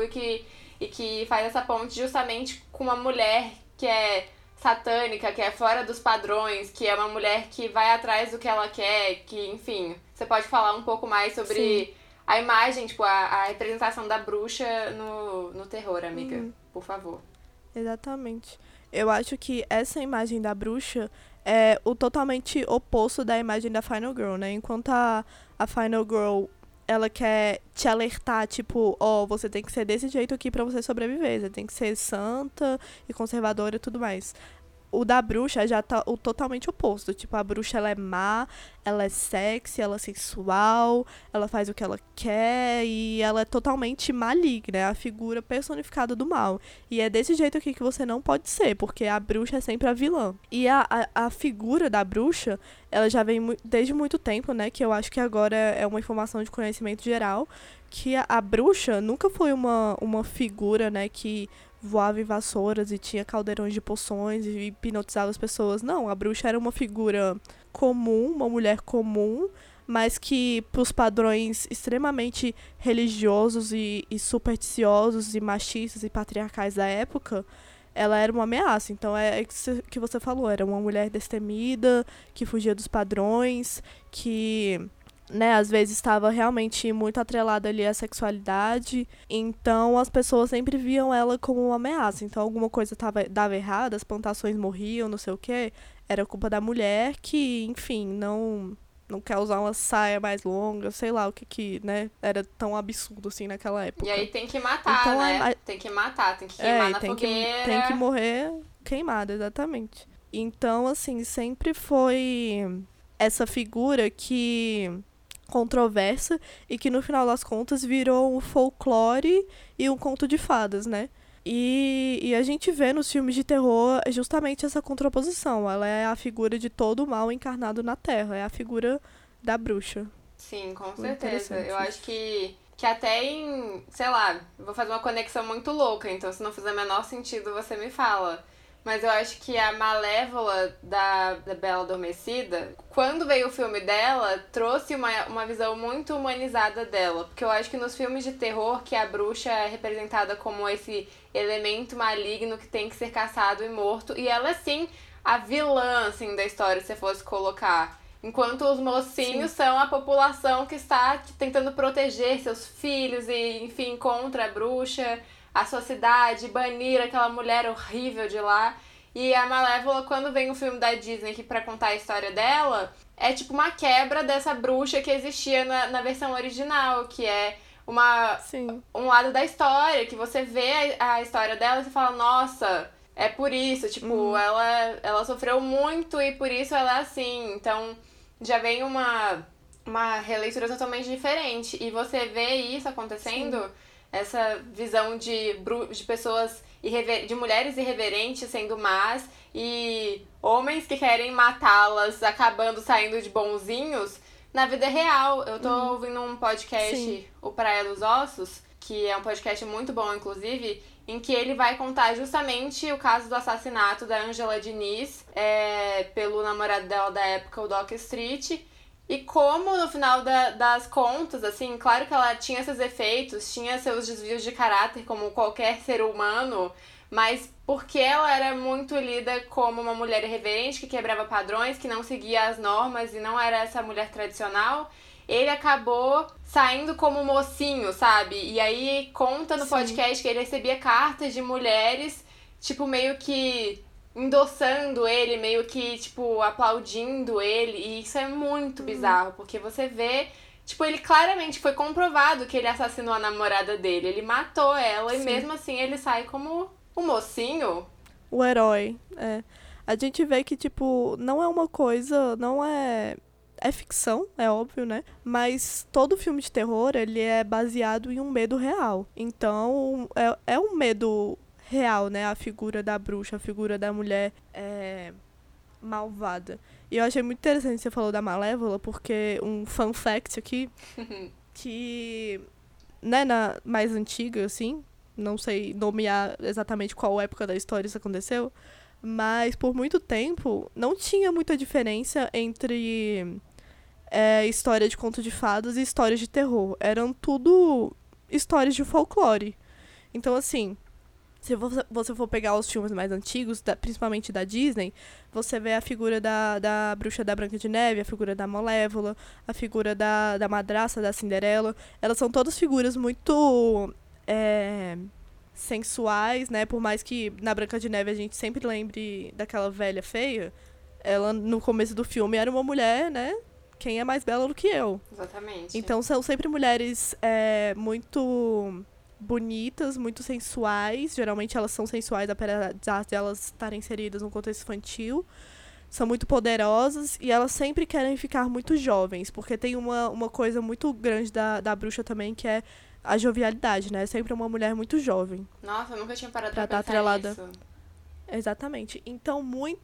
A: e que faz essa ponte justamente com uma mulher que é satânica, que é fora dos padrões, que é uma mulher que vai atrás do que ela quer, que, enfim, você pode falar um pouco mais sobre
B: Sim.
A: a imagem, tipo, a representação da bruxa no terror, amiga, por favor.
B: Exatamente. Eu acho que essa imagem da bruxa é o totalmente oposto da imagem da Final Girl, né? Enquanto a Final Girl, ela quer te alertar, tipo, você tem que ser desse jeito aqui pra você sobreviver. Você tem que ser santa e conservadora e tudo mais. O da bruxa já tá o totalmente oposto. Tipo, a bruxa, ela é má, ela é sexy, ela é sensual, ela faz o que ela quer e ela é totalmente maligna, é a figura personificada do mal. E é desse jeito aqui que você não pode ser, porque a bruxa é sempre a vilã. E a figura da bruxa, ela já vem desde muito tempo, né? Que eu acho que agora é uma informação de conhecimento geral, que a bruxa nunca foi uma figura, né, que voava em vassouras e tinha caldeirões de poções e hipnotizava as pessoas. Não, a bruxa era uma figura comum, uma mulher comum, mas que, para os padrões extremamente religiosos e supersticiosos e machistas e patriarcais da época, ela era uma ameaça. Então é isso que você falou, era uma mulher destemida, que fugia dos padrões, que, né, às vezes estava realmente muito atrelada ali à sexualidade. Então as pessoas sempre viam ela como uma ameaça. Então alguma coisa dava errado, as plantações morriam, não sei o quê. Era culpa da mulher que, enfim, não quer usar uma saia mais longa, sei lá o que, né, era tão absurdo assim naquela época.
A: E aí tem que matar,
B: então,
A: né? Tem que matar, tem que queimar na fogueira.
B: Tem que morrer queimada, exatamente. Então, assim, sempre foi essa figura que controversa e que no final das contas virou um folclore e um conto de fadas, né? E a gente vê nos filmes de terror justamente essa contraposição. Ela é a figura de todo o mal encarnado na Terra. É a figura da bruxa.
A: Sim, com certeza. Eu acho que até em, sei lá, vou fazer uma conexão muito louca, então se não fizer o menor sentido, você me fala. Mas eu acho que a Malévola da Bela Adormecida, quando veio o filme dela, trouxe uma visão muito humanizada dela. Porque eu acho que nos filmes de terror, que a bruxa é representada como esse elemento maligno que tem que ser caçado e morto. E ela é, sim, a vilã, assim, da história, se você fosse colocar. Enquanto os mocinhos são a população que está tentando proteger seus filhos e, enfim, contra a bruxa, a sua cidade, banir aquela mulher horrível de lá. E a Malévola, quando vem o filme da Disney aqui pra contar a história dela, é tipo uma quebra dessa bruxa que existia na versão original, que é um lado da história, que você vê a história dela e você fala, nossa, é por isso, tipo, ela sofreu muito e por isso ela é assim. Então, já vem uma releitura totalmente diferente. E você vê isso acontecendo... Sim. Essa visão de pessoas, de mulheres irreverentes sendo más e homens que querem matá-las acabando saindo de bonzinhos na vida real. Eu tô ouvindo um podcast, Sim. O Praia dos Ossos, que é um podcast muito bom, inclusive, em que ele vai contar justamente o caso do assassinato da Angela Diniz pelo namorado dela da época, o Doc Street. E como, no final das contas, assim, claro que ela tinha seus efeitos, tinha seus desvios de caráter, como qualquer ser humano, mas porque ela era muito lida como uma mulher irreverente, que quebrava padrões, que não seguia as normas e não era essa mulher tradicional, ele acabou saindo como mocinho, sabe? E aí conta no podcast que ele recebia cartas de mulheres, tipo, meio que... endossando ele, meio que, tipo, aplaudindo ele. E isso é muito bizarro, porque você vê... Tipo, ele claramente foi comprovado que ele assassinou a namorada dele. Ele matou ela e mesmo assim ele sai como o mocinho.
B: O herói, é. A gente vê que, tipo, não é uma coisa... Não é... É ficção, é óbvio, né? Mas todo filme de terror, ele é baseado em um medo real. Então, é um medo... real, né? A figura da bruxa, a figura da mulher malvada. E eu achei muito interessante você falou da Malévola, porque um fun fact aqui, que, né, na mais antiga, assim, não sei nomear exatamente qual época da história isso aconteceu, mas por muito tempo não tinha muita diferença entre história de conto de fadas e histórias de terror. Eram tudo histórias de folclore. Então, assim, se você for pegar os filmes mais antigos, principalmente da Disney, você vê a figura da bruxa da Branca de Neve, a figura da Malévola, a figura da madraça da Cinderela. Elas são todas figuras muito sensuais, né? Por mais que na Branca de Neve a gente sempre lembre daquela velha feia, ela, no começo do filme, era uma mulher, né? Quem é mais bela do que eu?
A: Exatamente.
B: Então são sempre mulheres muito bonitas, muito sensuais. Geralmente elas são sensuais, apesar de elas estarem inseridas num contexto infantil. São muito poderosas e elas sempre querem ficar muito jovens, porque tem uma coisa muito grande da bruxa também, que é a jovialidade, né? É sempre uma mulher muito jovem.
A: Nossa, eu nunca tinha parado
B: pra
A: pra
B: estar
A: pensar
B: atrelada.
A: nisso.
B: Exatamente. Então,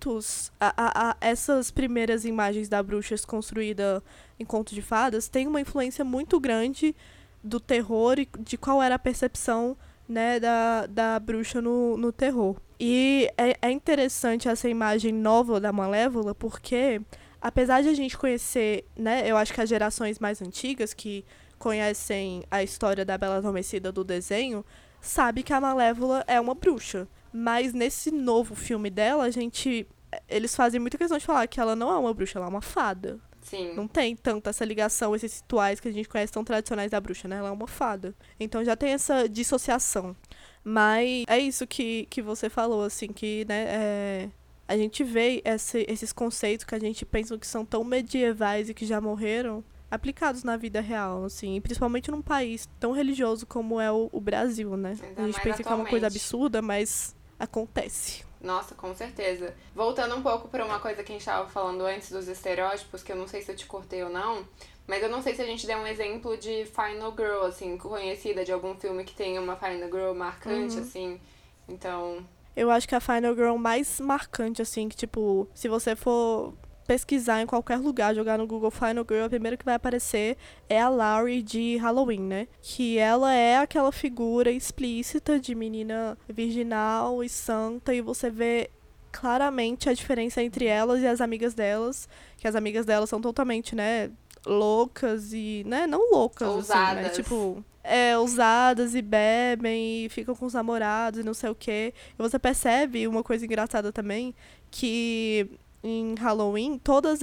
B: essas primeiras imagens da bruxa construída em conto de fadas têm uma influência muito grande do terror e de qual era a percepção, né, da bruxa no terror. E é interessante essa imagem nova da Malévola, porque, apesar de a gente conhecer, né, eu acho que as gerações mais antigas, que conhecem a história da Bela Adormecida do desenho, sabe que a Malévola é uma bruxa. Mas nesse novo filme dela, eles fazem muita questão de falar que ela não é uma bruxa, ela é uma fada.
A: Sim.
B: Não tem tanto essa ligação, esses rituais que a gente conhece tão tradicionais da bruxa, né? Ela é uma fada. Então já tem essa dissociação. Mas é isso que você falou, assim, que, né, a gente vê esses conceitos que a gente pensa que são tão medievais e que já morreram, aplicados na vida real, assim, e principalmente num país tão religioso como é o Brasil, né?
A: Ainda
B: A gente
A: mais
B: pensa que é uma coisa
A: atualmente.
B: absurda, mas acontece.
A: Nossa, com certeza. Voltando um pouco pra uma coisa que a gente tava falando antes dos estereótipos, que eu não sei se eu te cortei ou não, mas eu não sei se a gente der um exemplo de Final Girl, assim, conhecida, de algum filme que tenha uma Final Girl marcante, assim. Então,
B: Eu acho que a Final Girl mais marcante, assim, que, tipo, se você for pesquisar em qualquer lugar, jogar no Google Final Girl, a primeira que vai aparecer é a Laurie de Halloween, né? Que ela é aquela figura explícita de menina virginal e santa, e você vê claramente a diferença entre elas e as amigas delas, que as amigas delas são totalmente, né, loucas e, né, não loucas, assim, mas,
A: ousadas.
B: tipo, ousadas e bebem e ficam com os namorados e não sei o quê. E você percebe uma coisa engraçada também, que em Halloween, todas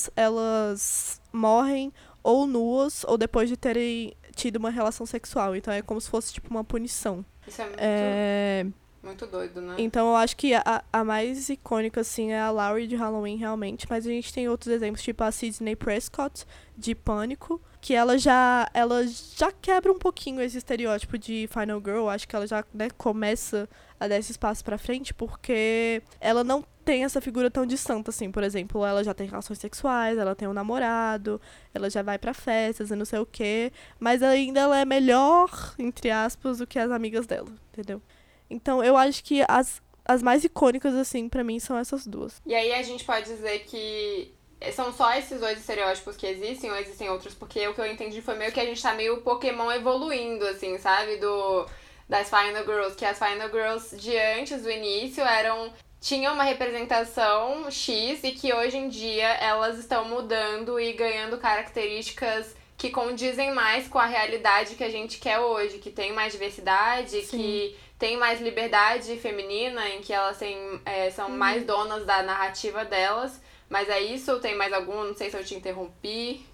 B: elas morrem ou nuas ou depois de terem tido uma relação sexual. Então é como se fosse tipo uma punição.
A: Isso é muito,
B: É,
A: muito doido, né?
B: Então eu acho que a mais icônica, assim, é a Laurie de Halloween, realmente. Mas a gente tem outros exemplos, tipo a Sidney Prescott, de Pânico, que ela já quebra um pouquinho esse estereótipo de Final Girl. Acho que ela já, né, começa a dar esse espaço pra frente, porque ela não tem essa figura tão de santa, assim. Por exemplo, ela já tem relações sexuais, ela tem um namorado, ela já vai pra festas e não sei o quê. Mas ainda ela é melhor, entre aspas, do que as amigas dela, entendeu? Então, eu acho que as mais icônicas, assim, pra mim, são essas duas.
A: E aí a gente pode dizer que são só esses dois estereótipos que existem ou existem outros? Porque o que eu entendi foi meio que a gente tá meio Pokémon evoluindo, assim, sabe? Das Final Girls. Que as Final Girls de antes do início tinham uma representação X e que hoje em dia elas estão mudando e ganhando características que condizem mais com a realidade que a gente quer hoje, que tem mais diversidade,
B: Sim.
A: que tem mais liberdade feminina, em que elas são mais donas da narrativa delas. Mas é isso? Tem mais algum? Não sei se eu te interrompi.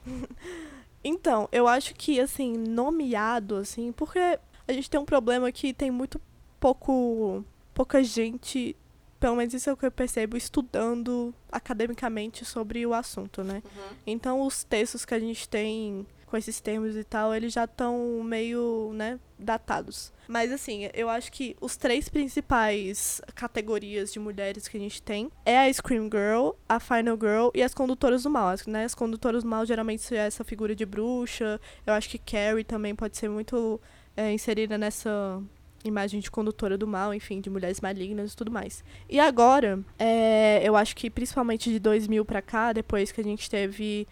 B: Então, eu acho que, assim, nomeado, assim, porque a gente tem um problema que tem muito pouca gente, pelo menos isso é o que eu percebo, estudando academicamente sobre o assunto, né?
A: Uhum.
B: Então, os textos que a gente tem com esses termos e tal, eles já estão meio, né, datados. Mas, assim, eu acho que os três principais categorias de mulheres que a gente tem é a Scream Girl, a Final Girl e as Condutoras do Mal. Né? As Condutoras do Mal geralmente é essa figura de bruxa. Eu acho que Carrie também pode ser muito inserida nessa imagem de condutora do mal, enfim, de mulheres malignas e tudo mais. E agora, eu acho que principalmente de 2000 pra cá, depois que a gente teve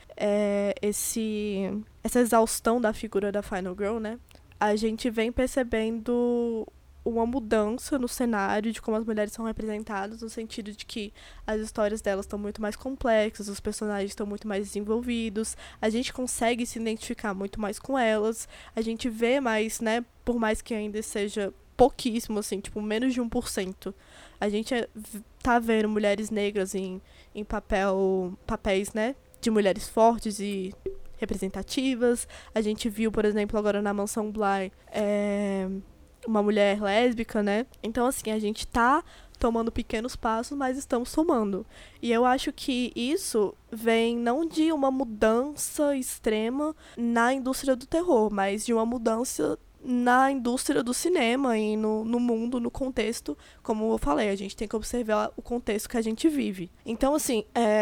B: essa exaustão da figura da Final Girl, né? A gente vem percebendo uma mudança no cenário de como as mulheres são representadas, no sentido de que as histórias delas estão muito mais complexas, os personagens estão muito mais desenvolvidos, a gente consegue se identificar muito mais com elas, a gente vê mais, né, por mais que ainda seja pouquíssimo, assim, tipo, menos de 1%. A gente tá vendo mulheres negras em papéis, né, de mulheres fortes e representativas. A gente viu, por exemplo, agora na Mansão Bly, uma mulher lésbica, né? Então, assim, a gente tá tomando pequenos passos, mas estamos tomando. E eu acho que isso vem não de uma mudança extrema na indústria do terror, mas de uma mudança na indústria do cinema e no mundo, no contexto. Como eu falei, a gente tem que observar o contexto que a gente vive. Então, assim,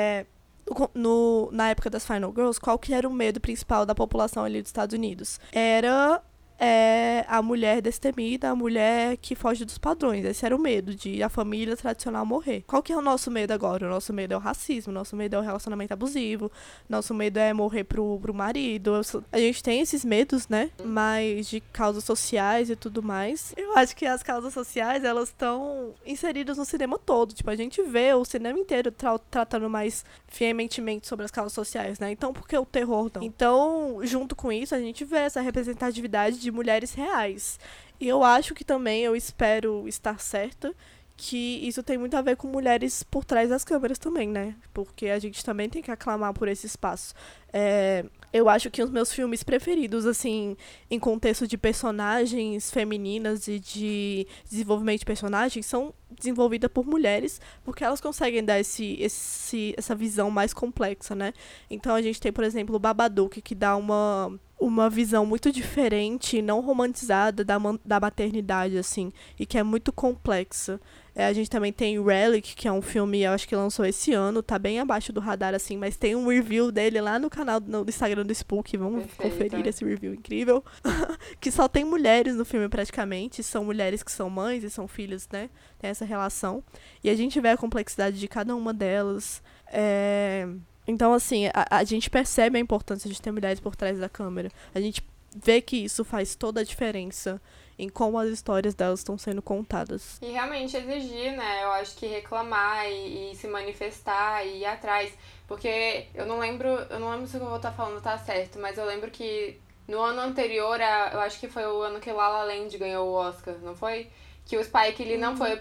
B: na época das Final Girls, qual que era o medo principal da população ali dos Estados Unidos? Era a mulher destemida, a mulher que foge dos padrões. Esse era o medo de a família tradicional morrer. Qual que é o nosso medo agora? O nosso medo é o racismo, o nosso medo é o relacionamento abusivo, nosso medo é morrer pro marido. A gente tem esses medos, né? Mas de causas sociais e tudo mais. Eu acho que as causas sociais, elas estão inseridas no cinema todo. Tipo, a gente vê o cinema inteiro tratando mais veementemente sobre as causas sociais, né? Então, por que o terror não? Então, junto com isso, a gente vê essa representatividade de mulheres reais. E eu acho que também, eu espero estar certa, que isso tem muito a ver com mulheres por trás das câmeras também, né? Porque a gente também tem que aclamar por esse espaço. Eu acho que os meus filmes preferidos, assim, em contexto de personagens femininas e de desenvolvimento de personagens, são desenvolvidas por mulheres, porque elas conseguem dar essa visão mais complexa, né? Então a gente tem, por exemplo, o Babadook, que dá uma visão muito diferente, não romantizada da maternidade, assim, e que é muito complexa. A gente também tem Relic, que é um filme, eu acho que lançou esse ano, tá bem abaixo do radar, assim, mas tem um review dele lá no canal, no Instagram do Spook, vamos conferir esse review incrível, que só tem mulheres no filme praticamente, são mulheres que são mães e são filhas, né, tem essa relação, e a gente vê a complexidade de cada uma delas. Então, assim, a gente percebe a importância de ter mulheres por trás da câmera. A gente vê que isso faz toda a diferença em como as histórias delas estão sendo contadas.
A: E realmente exigir, né? Eu acho que reclamar e se manifestar e ir atrás. Porque eu não lembro se o que eu vou estar falando tá certo, mas eu lembro que no ano anterior, eu acho que foi o ano que La La Land ganhou o Oscar, não foi? Que o Spike Lee não foi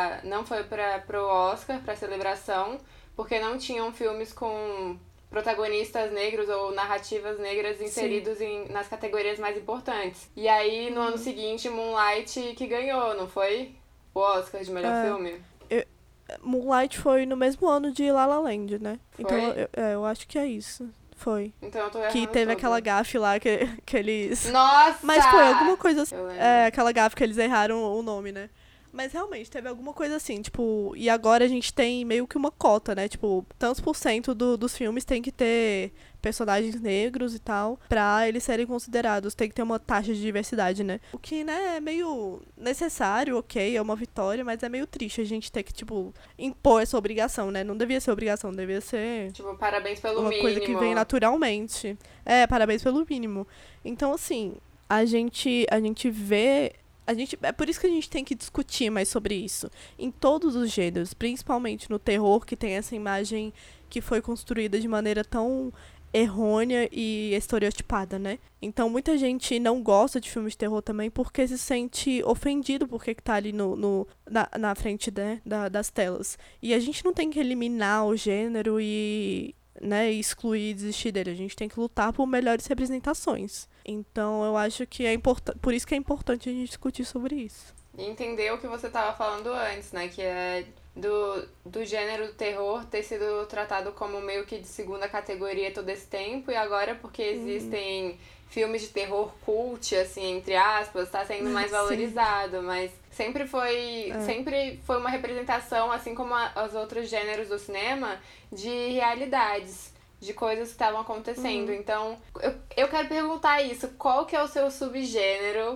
A: pro Oscar, pra celebração, porque não tinham filmes com protagonistas negros ou narrativas negras inseridos nas categorias mais importantes. E aí, no ano seguinte, Moonlight que ganhou, não foi? O Oscar de melhor filme?
B: Moonlight foi no mesmo ano de La La Land, né?
A: Foi?
B: Então, eu acho que é isso. Foi.
A: Então eu tô errando
B: que teve
A: tudo.
B: Aquela gafe lá que eles...
A: Nossa!
B: Mas foi alguma coisa assim.
A: Eu lembro.
B: Aquela gafe que eles erraram o nome, né? Mas realmente, teve alguma coisa assim, tipo... E agora a gente tem meio que uma cota, né? Tipo, tantos por cento dos filmes tem que ter personagens negros e tal, pra eles serem considerados. Tem que ter uma taxa de diversidade, né? O que, né, é meio necessário, ok, é uma vitória, mas é meio triste a gente ter que, tipo, impor essa obrigação, né? Não devia ser obrigação, devia ser...
A: Tipo, parabéns pelo
B: uma
A: mínimo.
B: coisa que vem naturalmente. Parabéns pelo mínimo. Então, assim, a gente vê... É por isso que a gente tem que discutir mais sobre isso. Em todos os gêneros, principalmente no terror, que tem essa imagem que foi construída de maneira tão errônea e estereotipada, né? Então, muita gente não gosta de filmes de terror também porque se sente ofendido porque que tá ali na frente, né, das telas. E a gente não tem que eliminar o gênero e, né, excluir e desistir dele. A gente tem que lutar por melhores representações. Então, eu acho que por isso que é importante a gente discutir sobre isso.
A: E entender o que você estava falando antes, né? Que é do gênero do terror ter sido tratado como meio que de segunda categoria todo esse tempo, e agora porque existem filmes de terror cult, assim, entre aspas, tá sendo mais valorizado, mas sempre foi uma representação, assim como os outros gêneros do cinema, de realidades, de coisas que estavam acontecendo. Então, eu quero perguntar isso, qual que é o seu subgênero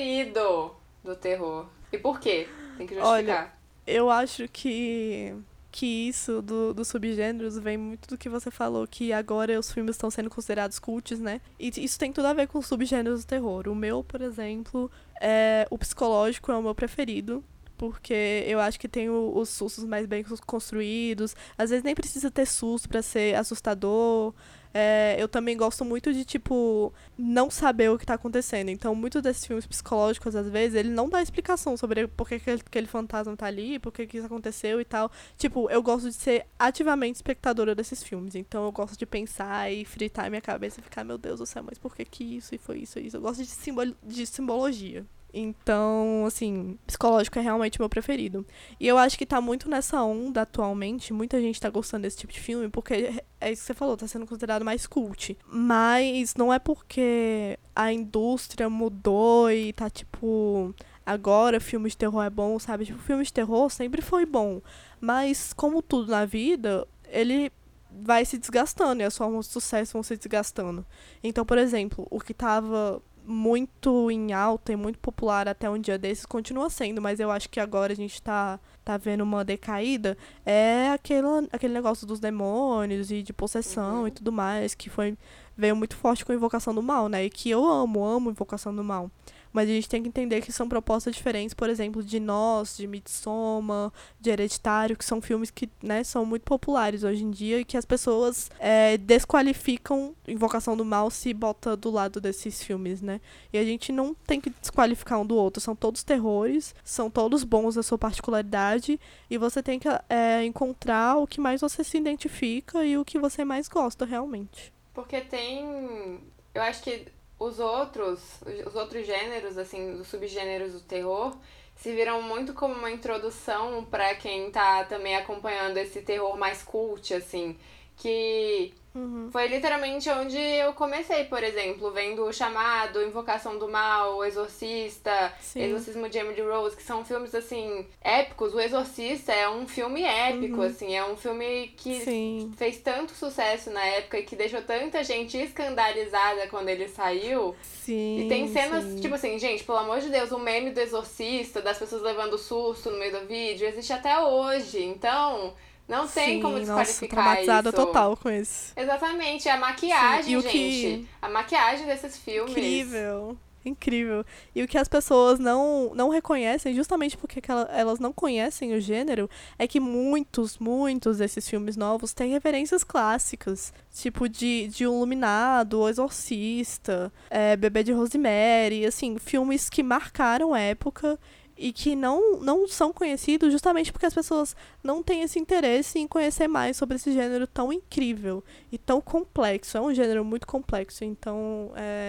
A: preferido do terror? E por quê? Tem que justificar.
B: Olha, eu acho que que isso dos subgêneros vem muito do que você falou, que agora os filmes estão sendo considerados cults, né? E isso tem tudo a ver com os subgêneros do terror. O meu, por exemplo, o psicológico é o meu preferido, porque eu acho que tem os sustos mais bem construídos. Às vezes nem precisa ter susto pra ser assustador. Eu também gosto muito de, tipo, não saber o que tá acontecendo. Então, muitos desses filmes psicológicos, às vezes, ele não dá explicação sobre por que aquele fantasma tá ali, por que isso aconteceu e tal. Tipo, eu gosto de ser ativamente espectadora desses filmes. Então, eu gosto de pensar e fritar a minha cabeça e ficar, meu Deus do céu, mas por que isso e foi isso e isso? Eu gosto de simbologia. Então, assim, psicológico é realmente o meu preferido. E eu acho que tá muito nessa onda atualmente. Muita gente tá gostando desse tipo de filme, porque é isso que você falou, tá sendo considerado mais cult. Mas não é porque a indústria mudou e tá, tipo, agora filme de terror é bom, sabe? Tipo, filme de terror sempre foi bom. Mas, como tudo na vida, ele vai se desgastando e as formas de sucesso vão se desgastando. Então, por exemplo, o que tava muito em alta e muito popular até um dia desses, continua sendo, mas eu acho que agora a gente tá vendo uma decaída, é aquele negócio dos demônios e de possessão e tudo mais, que veio muito forte com Invocação do Mal, né? E que eu amo Invocação do Mal. Mas a gente tem que entender que são propostas diferentes, por exemplo, de Nós, de Midsommar, de Hereditário, que são filmes que, né, são muito populares hoje em dia e que as pessoas desqualificam Invocação do Mal se bota do lado desses filmes, né? E a gente não tem que desqualificar um do outro. São todos terrores, são todos bons da sua particularidade e você tem que encontrar o que mais você se identifica e o que você mais gosta realmente.
A: Porque eu acho que os outros gêneros, assim, os subgêneros do terror, se viram muito como uma introdução pra quem tá também acompanhando esse terror mais cult, assim, que foi literalmente onde eu comecei, por exemplo, vendo O Chamado, Invocação do Mal, O Exorcista, Exorcismo de Emily Rose, que são filmes, assim, épicos. O Exorcista é um filme épico, assim, é um filme que fez tanto sucesso na época e que deixou tanta gente escandalizada quando ele saiu. E tem cenas, tipo assim, gente, pelo amor de Deus, o meme do Exorcista, das pessoas levando susto no meio do vídeo, existe até hoje, então não tem como desqualificar
B: traumatizada
A: isso.
B: Total com isso.
A: Exatamente, a maquiagem, gente. A maquiagem desses filmes.
B: Incrível. E o que as pessoas não reconhecem, justamente porque elas não conhecem o gênero, é que muitos desses filmes novos têm referências clássicas. Tipo de O Iluminado, O Exorcista, Bebê de Rosemary, assim, filmes que marcaram a época e que não são conhecidos justamente porque as pessoas não têm esse interesse em conhecer mais sobre esse gênero tão incrível e tão complexo. É um gênero muito complexo, então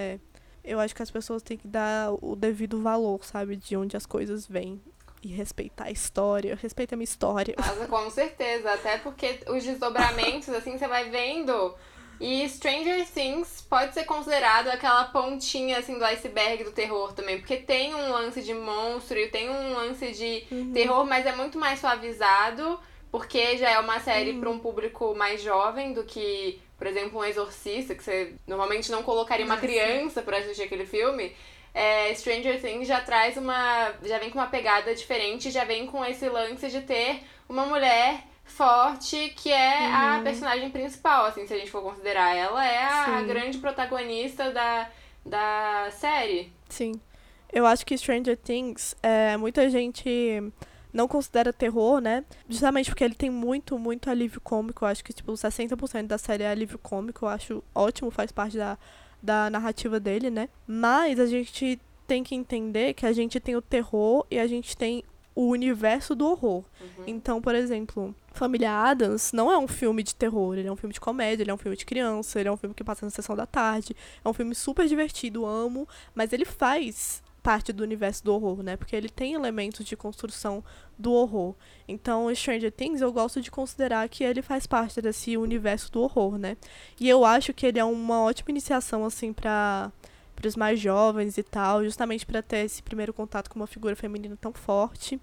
B: eu acho que as pessoas têm que dar o devido valor, sabe, de onde as coisas vêm. E respeitar a história. Respeita a minha história.
A: Nossa, com certeza. Até porque os desdobramentos, assim, você vai vendo. E Stranger Things pode ser considerado aquela pontinha, assim, do iceberg do terror também. Porque tem um lance de monstro e tem um lance de terror, mas é muito mais suavizado. Porque já é uma série para um público mais jovem do que, por exemplo, um Exorcista, que você normalmente não colocaria uma criança pra assistir aquele filme. Stranger Things já vem com uma pegada diferente, já vem com esse lance de ter uma mulher forte que é a personagem principal, assim, se a gente for considerar. Ela é a grande protagonista da série.
B: Sim. Eu acho que Stranger Things, muita gente não considera terror, né? Justamente porque ele tem muito alívio cômico. Eu acho que, tipo, 60% da série é alívio cômico. Eu acho ótimo, faz parte da narrativa dele, né? Mas a gente tem que entender que a gente tem o terror e a gente tem o universo do horror. Então, por exemplo, Família Addams não é um filme de terror, ele é um filme de comédia, ele é um filme de criança, ele é um filme que passa na sessão da tarde, é um filme super divertido, amo, mas ele faz parte do universo do horror, né? Porque ele tem elementos de construção do horror. Então, Stranger Things, eu gosto de considerar que ele faz parte desse universo do horror, né? E eu acho que ele é uma ótima iniciação, assim, para os mais jovens e tal, justamente para ter esse primeiro contato com uma figura feminina tão forte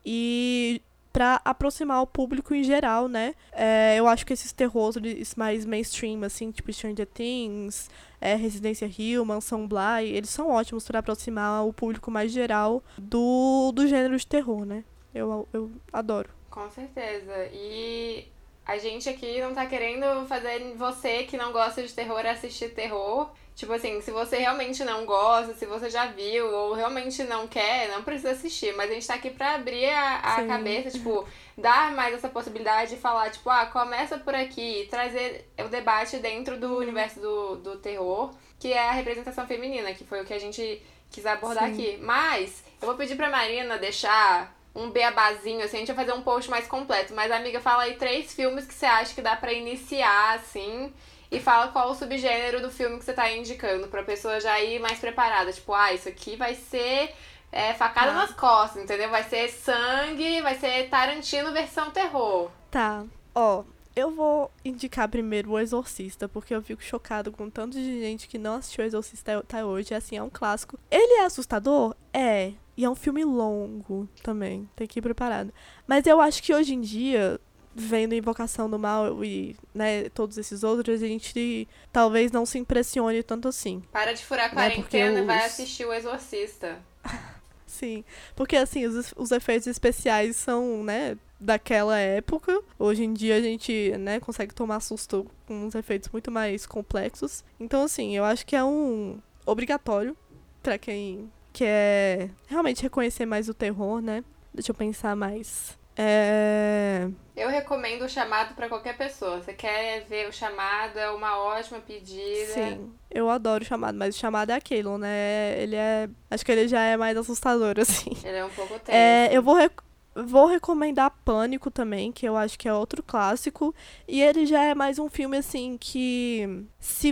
B: e para aproximar o público em geral, né? Eu acho que esses terrores mais mainstream, assim, tipo Stranger Things, Residência Hill, Mansão Bly, eles são ótimos para aproximar o público mais geral do gênero de terror, né? Eu adoro.
A: Com certeza. E a gente aqui não tá querendo fazer você que não gosta de terror assistir terror. Tipo assim, se você realmente não gosta, se você já viu ou realmente não quer, não precisa assistir. Mas a gente tá aqui pra abrir a cabeça, tipo, dar mais essa possibilidade de falar, tipo, começa por aqui, trazer o debate dentro do universo do terror, que é a representação feminina, que foi o que a gente quis abordar aqui. Mas eu vou pedir pra Marina deixar um beabazinho, assim, a gente vai fazer um post mais completo. Mas, amiga, fala aí 3 filmes que você acha que dá pra iniciar, assim, e fala qual o subgênero do filme que você tá indicando, pra pessoa já ir mais preparada. Tipo, isso aqui vai ser facada nas costas, entendeu? Vai ser sangue, vai ser Tarantino versão terror.
B: Tá, eu vou indicar primeiro O Exorcista, porque eu fico chocado com tanto de gente que não assistiu O Exorcista até hoje. Assim, é um clássico. Ele é assustador? É. E é um filme longo também. Tem que ir preparado. Mas eu acho que hoje em dia, vendo Invocação do Mal e, né, todos esses outros, a gente talvez não se impressione tanto assim.
A: Para de furar a quarentena e vai assistir O Exorcista.
B: Sim, porque assim, os efeitos especiais são, né, daquela época. Hoje em dia a gente, né, consegue tomar susto com uns efeitos muito mais complexos. Então, assim, eu acho que é um obrigatório pra quem quer realmente reconhecer mais o terror, né? Deixa eu pensar mais.
A: Eu recomendo O Chamado pra qualquer pessoa. Você quer ver O Chamado, é uma ótima pedida.
B: Sim, eu adoro O Chamado, mas O Chamado é aquilo, né? Ele é... Acho que ele já é mais assustador, assim.
A: Ele é um pouco tenso.
B: Eu vou recomendar Pânico também, que eu acho que é outro clássico. E ele já é mais um filme, assim, que...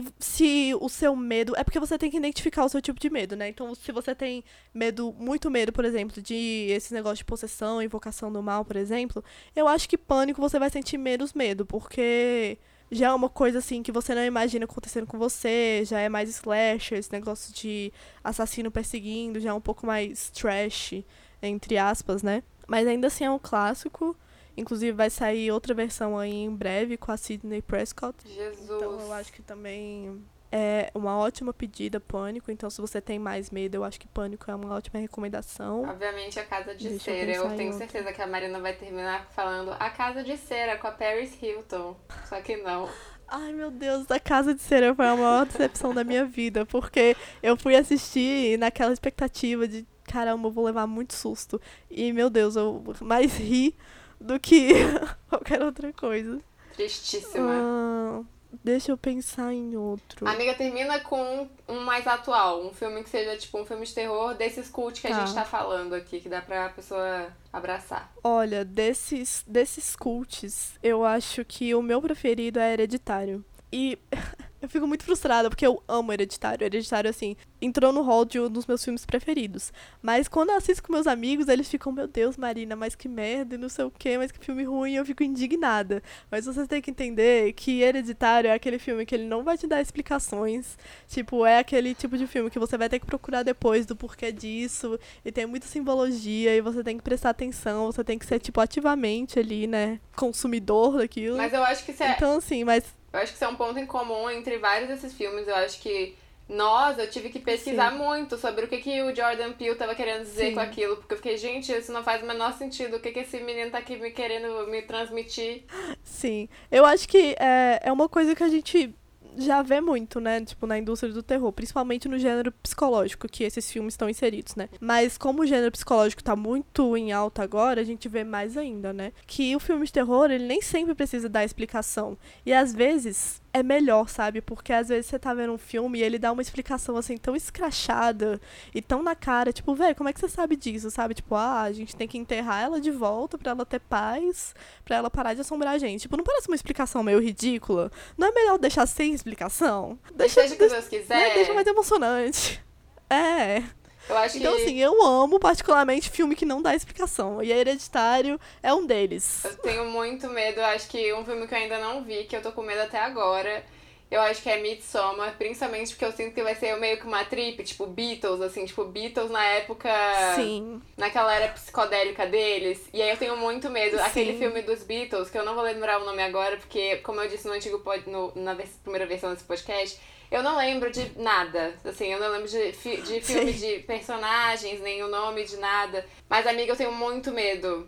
B: Se o seu medo... É porque você tem que identificar o seu tipo de medo, né? Então, se você tem medo, muito medo, por exemplo, de esse negócio de possessão, invocação do mal, por exemplo, eu acho que Pânico você vai sentir menos medo, porque... Já é uma coisa, assim, que você não imagina acontecendo com você, já é mais slasher, esse negócio de assassino perseguindo, já é um pouco mais trash, entre aspas, né? Mas ainda assim é um clássico. Inclusive vai sair outra versão aí em breve com a Sidney Prescott.
A: Jesus.
B: Então eu acho que também é uma ótima pedida, Pânico. Então se você tem mais medo, eu acho que Pânico é uma ótima recomendação.
A: Obviamente A Casa de Cera. Eu tenho certeza que a Marina vai terminar falando A Casa de Cera com a Paris Hilton. Só que não.
B: Ai, meu Deus, A Casa de Cera foi a maior decepção da minha vida. Porque eu fui assistir naquela expectativa de caramba, eu vou levar muito susto. E, meu Deus, eu mais ri do que qualquer outra coisa.
A: Tristíssima.
B: Deixa eu pensar em outro.
A: Amiga, termina com um mais atual. Um filme que seja, tipo, um filme de terror desses cult que a gente tá falando aqui, que dá pra pessoa abraçar.
B: Olha, desses cults, eu acho que o meu preferido é Hereditário. E... eu fico muito frustrada, porque eu amo Hereditário. Hereditário, assim, entrou no hall de um dos meus filmes preferidos. Mas quando eu assisto com meus amigos, eles ficam, meu Deus, Marina, mas que merda, e não sei o quê, mas que filme ruim, eu fico indignada. Mas vocês têm que entender que Hereditário é aquele filme que ele não vai te dar explicações. Tipo, é aquele tipo de filme que você vai ter que procurar depois do porquê disso, e tem muita simbologia, e você tem que prestar atenção, você tem que ser, tipo, ativamente ali, né, consumidor daquilo.
A: Mas eu acho que isso é...
B: Então, assim,
A: Eu acho que isso é um ponto em comum entre vários desses filmes. Eu acho que eu tive que pesquisar muito sobre o que o Jordan Peele tava querendo dizer com aquilo. Porque eu fiquei, gente, isso não faz o menor sentido. O que esse menino tá aqui me querendo me transmitir?
B: Sim. Eu acho que é uma coisa que a gente já vê muito, né, tipo, na indústria do terror, principalmente no gênero psicológico, que esses filmes estão inseridos, né. Mas como o gênero psicológico tá muito em alta agora, a gente vê mais ainda, né, que o filme de terror, ele nem sempre precisa dar explicação. E às vezes é melhor, sabe? Porque às vezes você tá vendo um filme e ele dá uma explicação, assim, tão escrachada e tão na cara, tipo, velho, como é que você sabe disso, sabe? Tipo, a gente tem que enterrar ela de volta pra ela ter paz, pra ela parar de assombrar a gente. Tipo, não parece uma explicação meio ridícula? Não é melhor deixar sem explicação?
A: Seja o que Deus quiser.
B: Né? Deixa mais emocionante.
A: Eu acho
B: então, assim, eu amo particularmente filme que não dá explicação. E Hereditário é um deles.
A: Eu tenho muito medo. Eu acho que um filme que eu ainda não vi, que eu tô com medo até agora, eu acho que é Midsommar. Principalmente porque eu sinto que vai ser meio que uma trip, tipo Beatles, assim. Tipo, Beatles na época...
B: Sim.
A: Naquela era psicodélica deles. E aí eu tenho muito medo.
B: Sim.
A: Aquele filme dos Beatles, que eu não vou lembrar o nome agora, porque, como eu disse no antigo na primeira versão desse podcast... Eu não lembro de nada, assim, eu não lembro de filme, de personagens, nem o nome de nada. Mas, amiga, eu tenho muito medo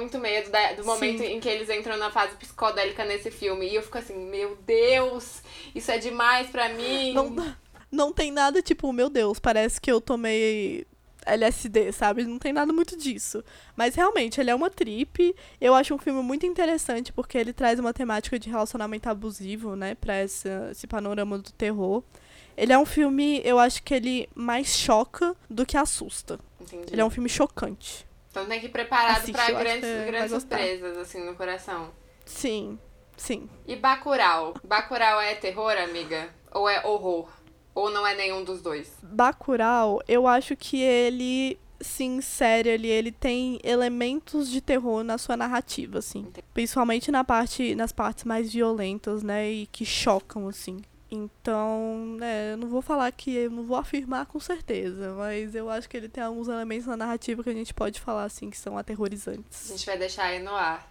A: do momento em que eles entram na fase psicodélica nesse filme. E eu fico assim, meu Deus, isso é demais pra mim.
B: Não tem nada tipo, meu Deus, parece que eu tomei LSD, sabe? Não tem nada muito disso. Mas realmente, ele é uma trip. Eu acho um filme muito interessante porque ele traz uma temática de relacionamento abusivo, né? Pra esse panorama do terror. Ele é um filme, eu acho que ele mais choca do que assusta.
A: Entendi.
B: Ele é um filme chocante.
A: Então tem que ir preparado pra grandes
B: gostar.
A: surpresas, assim, no coração.
B: Sim.
A: E Bacurau? Bacurau é terror, amiga? Ou é horror? Ou não é nenhum dos dois?
B: Bacurau, eu acho que ele se insere ali, ele tem elementos de terror na sua narrativa, assim.
A: Entendi.
B: Principalmente nas partes mais violentas, né, e que chocam, assim. Então, eu não vou falar eu não vou afirmar com certeza, mas eu acho que ele tem alguns elementos na narrativa que a gente pode falar, assim, que são aterrorizantes.
A: A gente vai deixar aí no ar.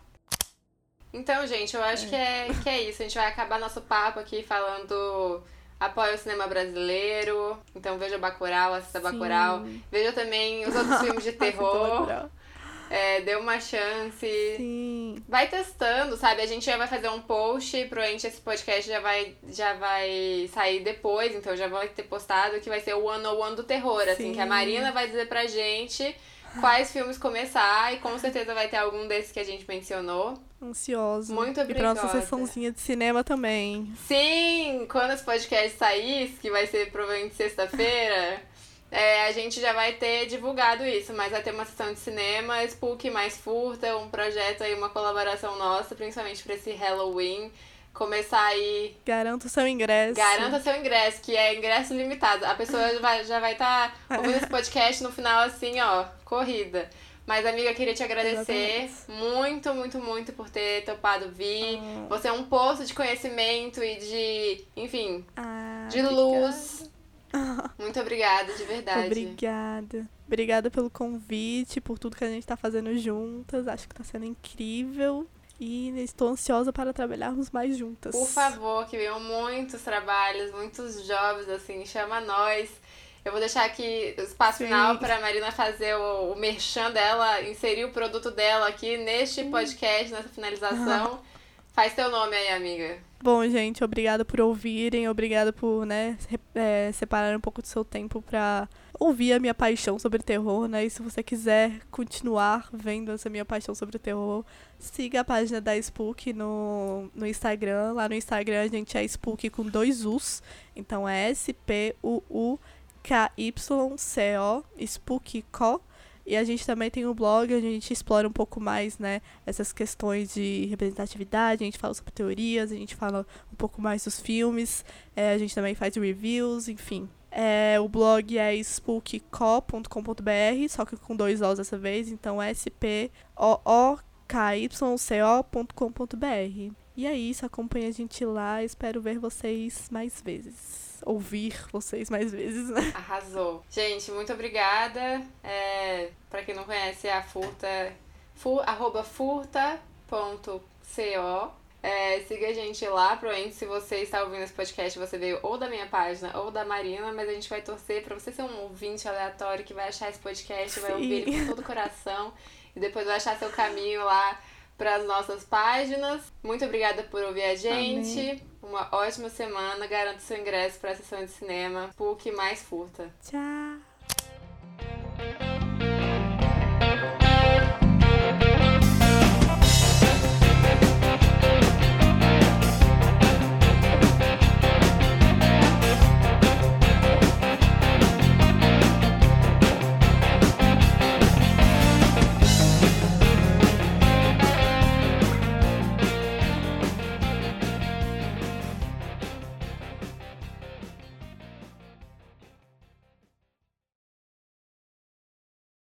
A: Então, gente, eu acho que é isso. A gente vai acabar nosso papo aqui falando... Apoia o cinema brasileiro. Então veja Bacurau, assista Bacurau. Veja também os outros filmes de terror. Dê uma chance.
B: Sim.
A: Vai testando, sabe? A gente já vai fazer um post, provavelmente esse podcast já vai sair depois, então já vai ter postado, que vai ser o 101 do terror, assim, que a Marina vai dizer pra gente quais filmes começar, e com certeza vai ter algum desses que a gente mencionou.
B: Ansiosa.
A: Muito obrigada.
B: E pra nossa sessãozinha de cinema também.
A: Sim! Quando esse podcast sair, que vai ser provavelmente sexta-feira, a gente já vai ter divulgado isso, mas vai ter uma sessão de cinema, Spook mais Furta, um projeto aí, uma colaboração nossa, principalmente pra esse Halloween. Começar aí...
B: Garanta o seu ingresso.
A: Garanta seu ingresso, que é ingresso limitado. A pessoa já vai estar ouvindo esse podcast no final, assim, ó, corrida. Mas, amiga, queria te agradecer muito, muito, muito por ter topado vir. Você é um poço de conhecimento e de, enfim, de luz. Muito obrigada, de verdade.
B: Obrigada. Obrigada pelo convite, por tudo que a gente tá fazendo juntas. Acho que tá sendo incrível. E estou ansiosa para trabalharmos mais juntas.
A: Por favor, que venham muitos trabalhos, muitos jobs, assim, chama nós. Eu vou deixar aqui o espaço final para a Marina fazer o merchan dela, inserir o produto dela aqui neste podcast, nessa finalização. Faz teu nome aí, amiga.
B: Bom, gente, obrigada por ouvirem, obrigada por, separar um pouco do seu tempo para ouvir a minha paixão sobre terror, né? E se você quiser continuar vendo essa minha paixão sobre terror, siga a página da Spook no Instagram. Lá no Instagram a gente é Spook com 2 U's, então é SPUUKYCO, Spookco. E a gente também tem um blog onde a gente explora um pouco mais, né, essas questões de representatividade, a gente fala sobre teorias, a gente fala um pouco mais dos filmes, a gente também faz reviews, enfim. O blog é spookco.com.br, só que com 2 O's dessa vez, então é SPOOKYCO.com.br. E é isso, acompanha a gente lá, espero ver vocês mais vezes. Ouvir vocês mais vezes, né?
A: Arrasou. Gente, muito obrigada. Pra quem não conhece, é a Furta, @furta.co. Siga a gente lá, provavelmente se você está ouvindo esse podcast, você veio ou da minha página ou da Marina, mas a gente vai torcer pra você ser um ouvinte aleatório que vai achar esse podcast, vai ouvir ele com todo o coração e depois vai achar seu caminho lá para as nossas páginas. Muito obrigada por ouvir a gente. Amém. Uma ótima semana. Garanta seu ingresso para a sessão de cinema Spook mais Furta.
B: Tchau.